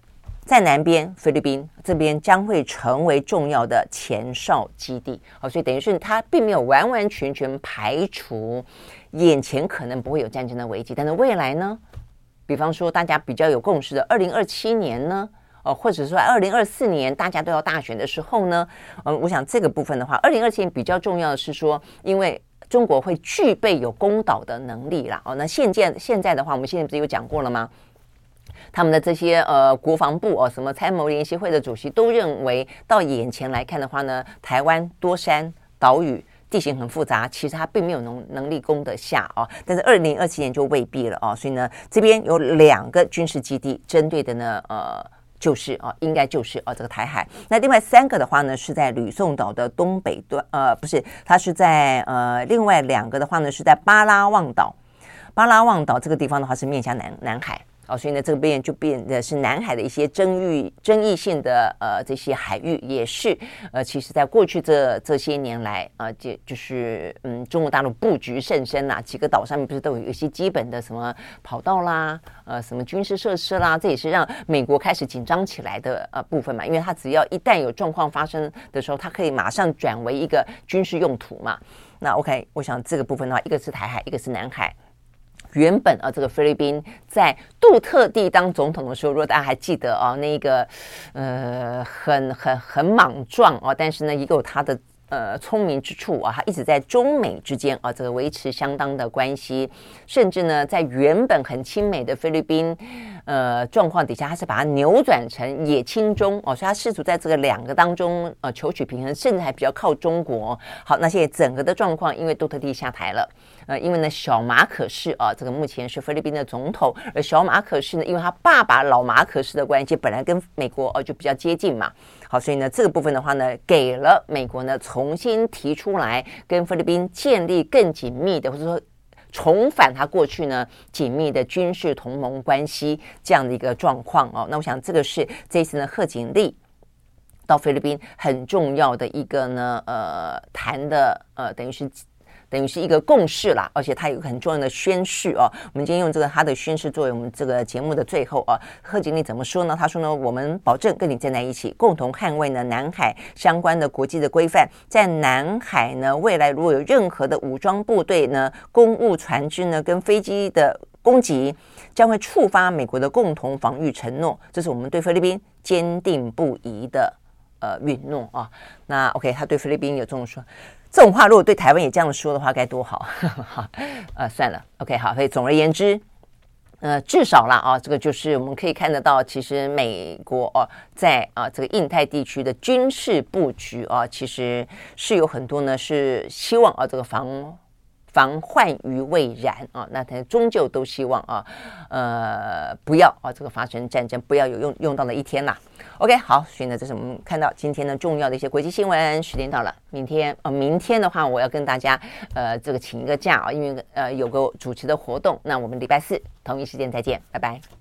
在南边菲律宾这边将会成为重要的前哨基地。好，所以等于是它并没有完完全全排除眼前可能不会有战争的危机，但是未来呢，比方说大家比较有共识的二零二七年呢，呃，或者说二零二四年大家都要大选的时候呢，呃，我想这个部分的话，二零二七年比较重要的是说，因为中国会具备有攻岛的能力啦。哦，那现在现在的话，我们现在不是有讲过了吗？他们的这些呃国防部哦，什么参谋联席会的主席都认为，到眼前来看的话呢，台湾多山岛屿，地形很复杂，其实它并没有能能力攻得下哦。但是二零二七年就未必了哦，所以呢，这边有两个军事基地，针对的呢，呃。就是啊，应该就是啊，这个台海。那另外三个的话呢，是在吕宋岛的东北端，呃，不是，它是在呃，另外两个的话呢，是在巴拉望岛。巴拉望岛这个地方的话是面向南南海。哦，所以呢，这个边就变的是南海的一些争议、争议性的呃这些海域，也是呃，其实在过去这这些年来啊，就、呃、就是嗯，中国大陆布局甚深啦，几个岛上面不是都有一些基本的什么跑道啦，呃，什么军事设施啦，这也是让美国开始紧张起来的呃部分嘛，因为它只要一旦有状况发生的时候，它可以马上转为一个军事用途嘛。那 OK， 我想这个部分的话，一个是台海，一个是南海。原本啊，这个菲律宾在杜特地当总统的时候，如果大家还记得啊，那个呃很很很莽撞啊，但是呢也有他的呃聪明之处啊，他一直在中美之间啊这个维持相当的关系，甚至呢在原本很亲美的菲律宾呃状况底下，他是把它扭转成也亲中哦，所以他试图在这个两个当中呃求取平衡，甚至还比较靠中国。好，那现在整个的状况，因为杜特地下台了。呃，因为呢，小马可仕啊，这个目前是菲律宾的总统，而小马可仕呢，因为他爸爸老马可仕的关系，本来跟美国呃就比较接近嘛，好，所以呢，这个部分的话呢，给了美国呢重新提出来跟菲律宾建立更紧密的，或者说重返他过去呢紧密的军事同盟关系这样的一个状况哦。那我想这个是这一次呢贺锦丽到菲律宾很重要的一个呢呃谈的呃等于是。等于是一个共识啦，而且它有一个很重要的宣誓哦。我们今天用这个他的宣誓作为我们这个节目的最后啊。贺锦丽怎么说呢？他说呢，我们保证跟你站在一起，共同捍卫呢南海相关的国际的规范。在南海呢，未来如果有任何的武装部队呢、公务船只呢跟飞机的攻击，将会触发美国的共同防御承诺。这是我们对菲律宾坚定不移的呃允诺啊。那 OK， 他对菲律宾有这种说。这种话如果对台湾也这样说的话该多好。好，呃，算了 OK 好，所以总而言之呃，至少啦啊，这个就是我们可以看得到，其实美国哦、啊，在啊这个印太地区的军事布局啊，其实是有很多呢是希望啊这个防防患于未然啊，那他终究都希望啊呃不要啊这个发生战争，不要有用用到的一天啦。OK， 好，所以呢，这是我们看到今天呢重要的一些国际新闻。时间到了，明天呃，明天的话，我要跟大家呃这个请一个假啊，因为呃有个主持的活动。那我们礼拜四同一时间再见，拜拜。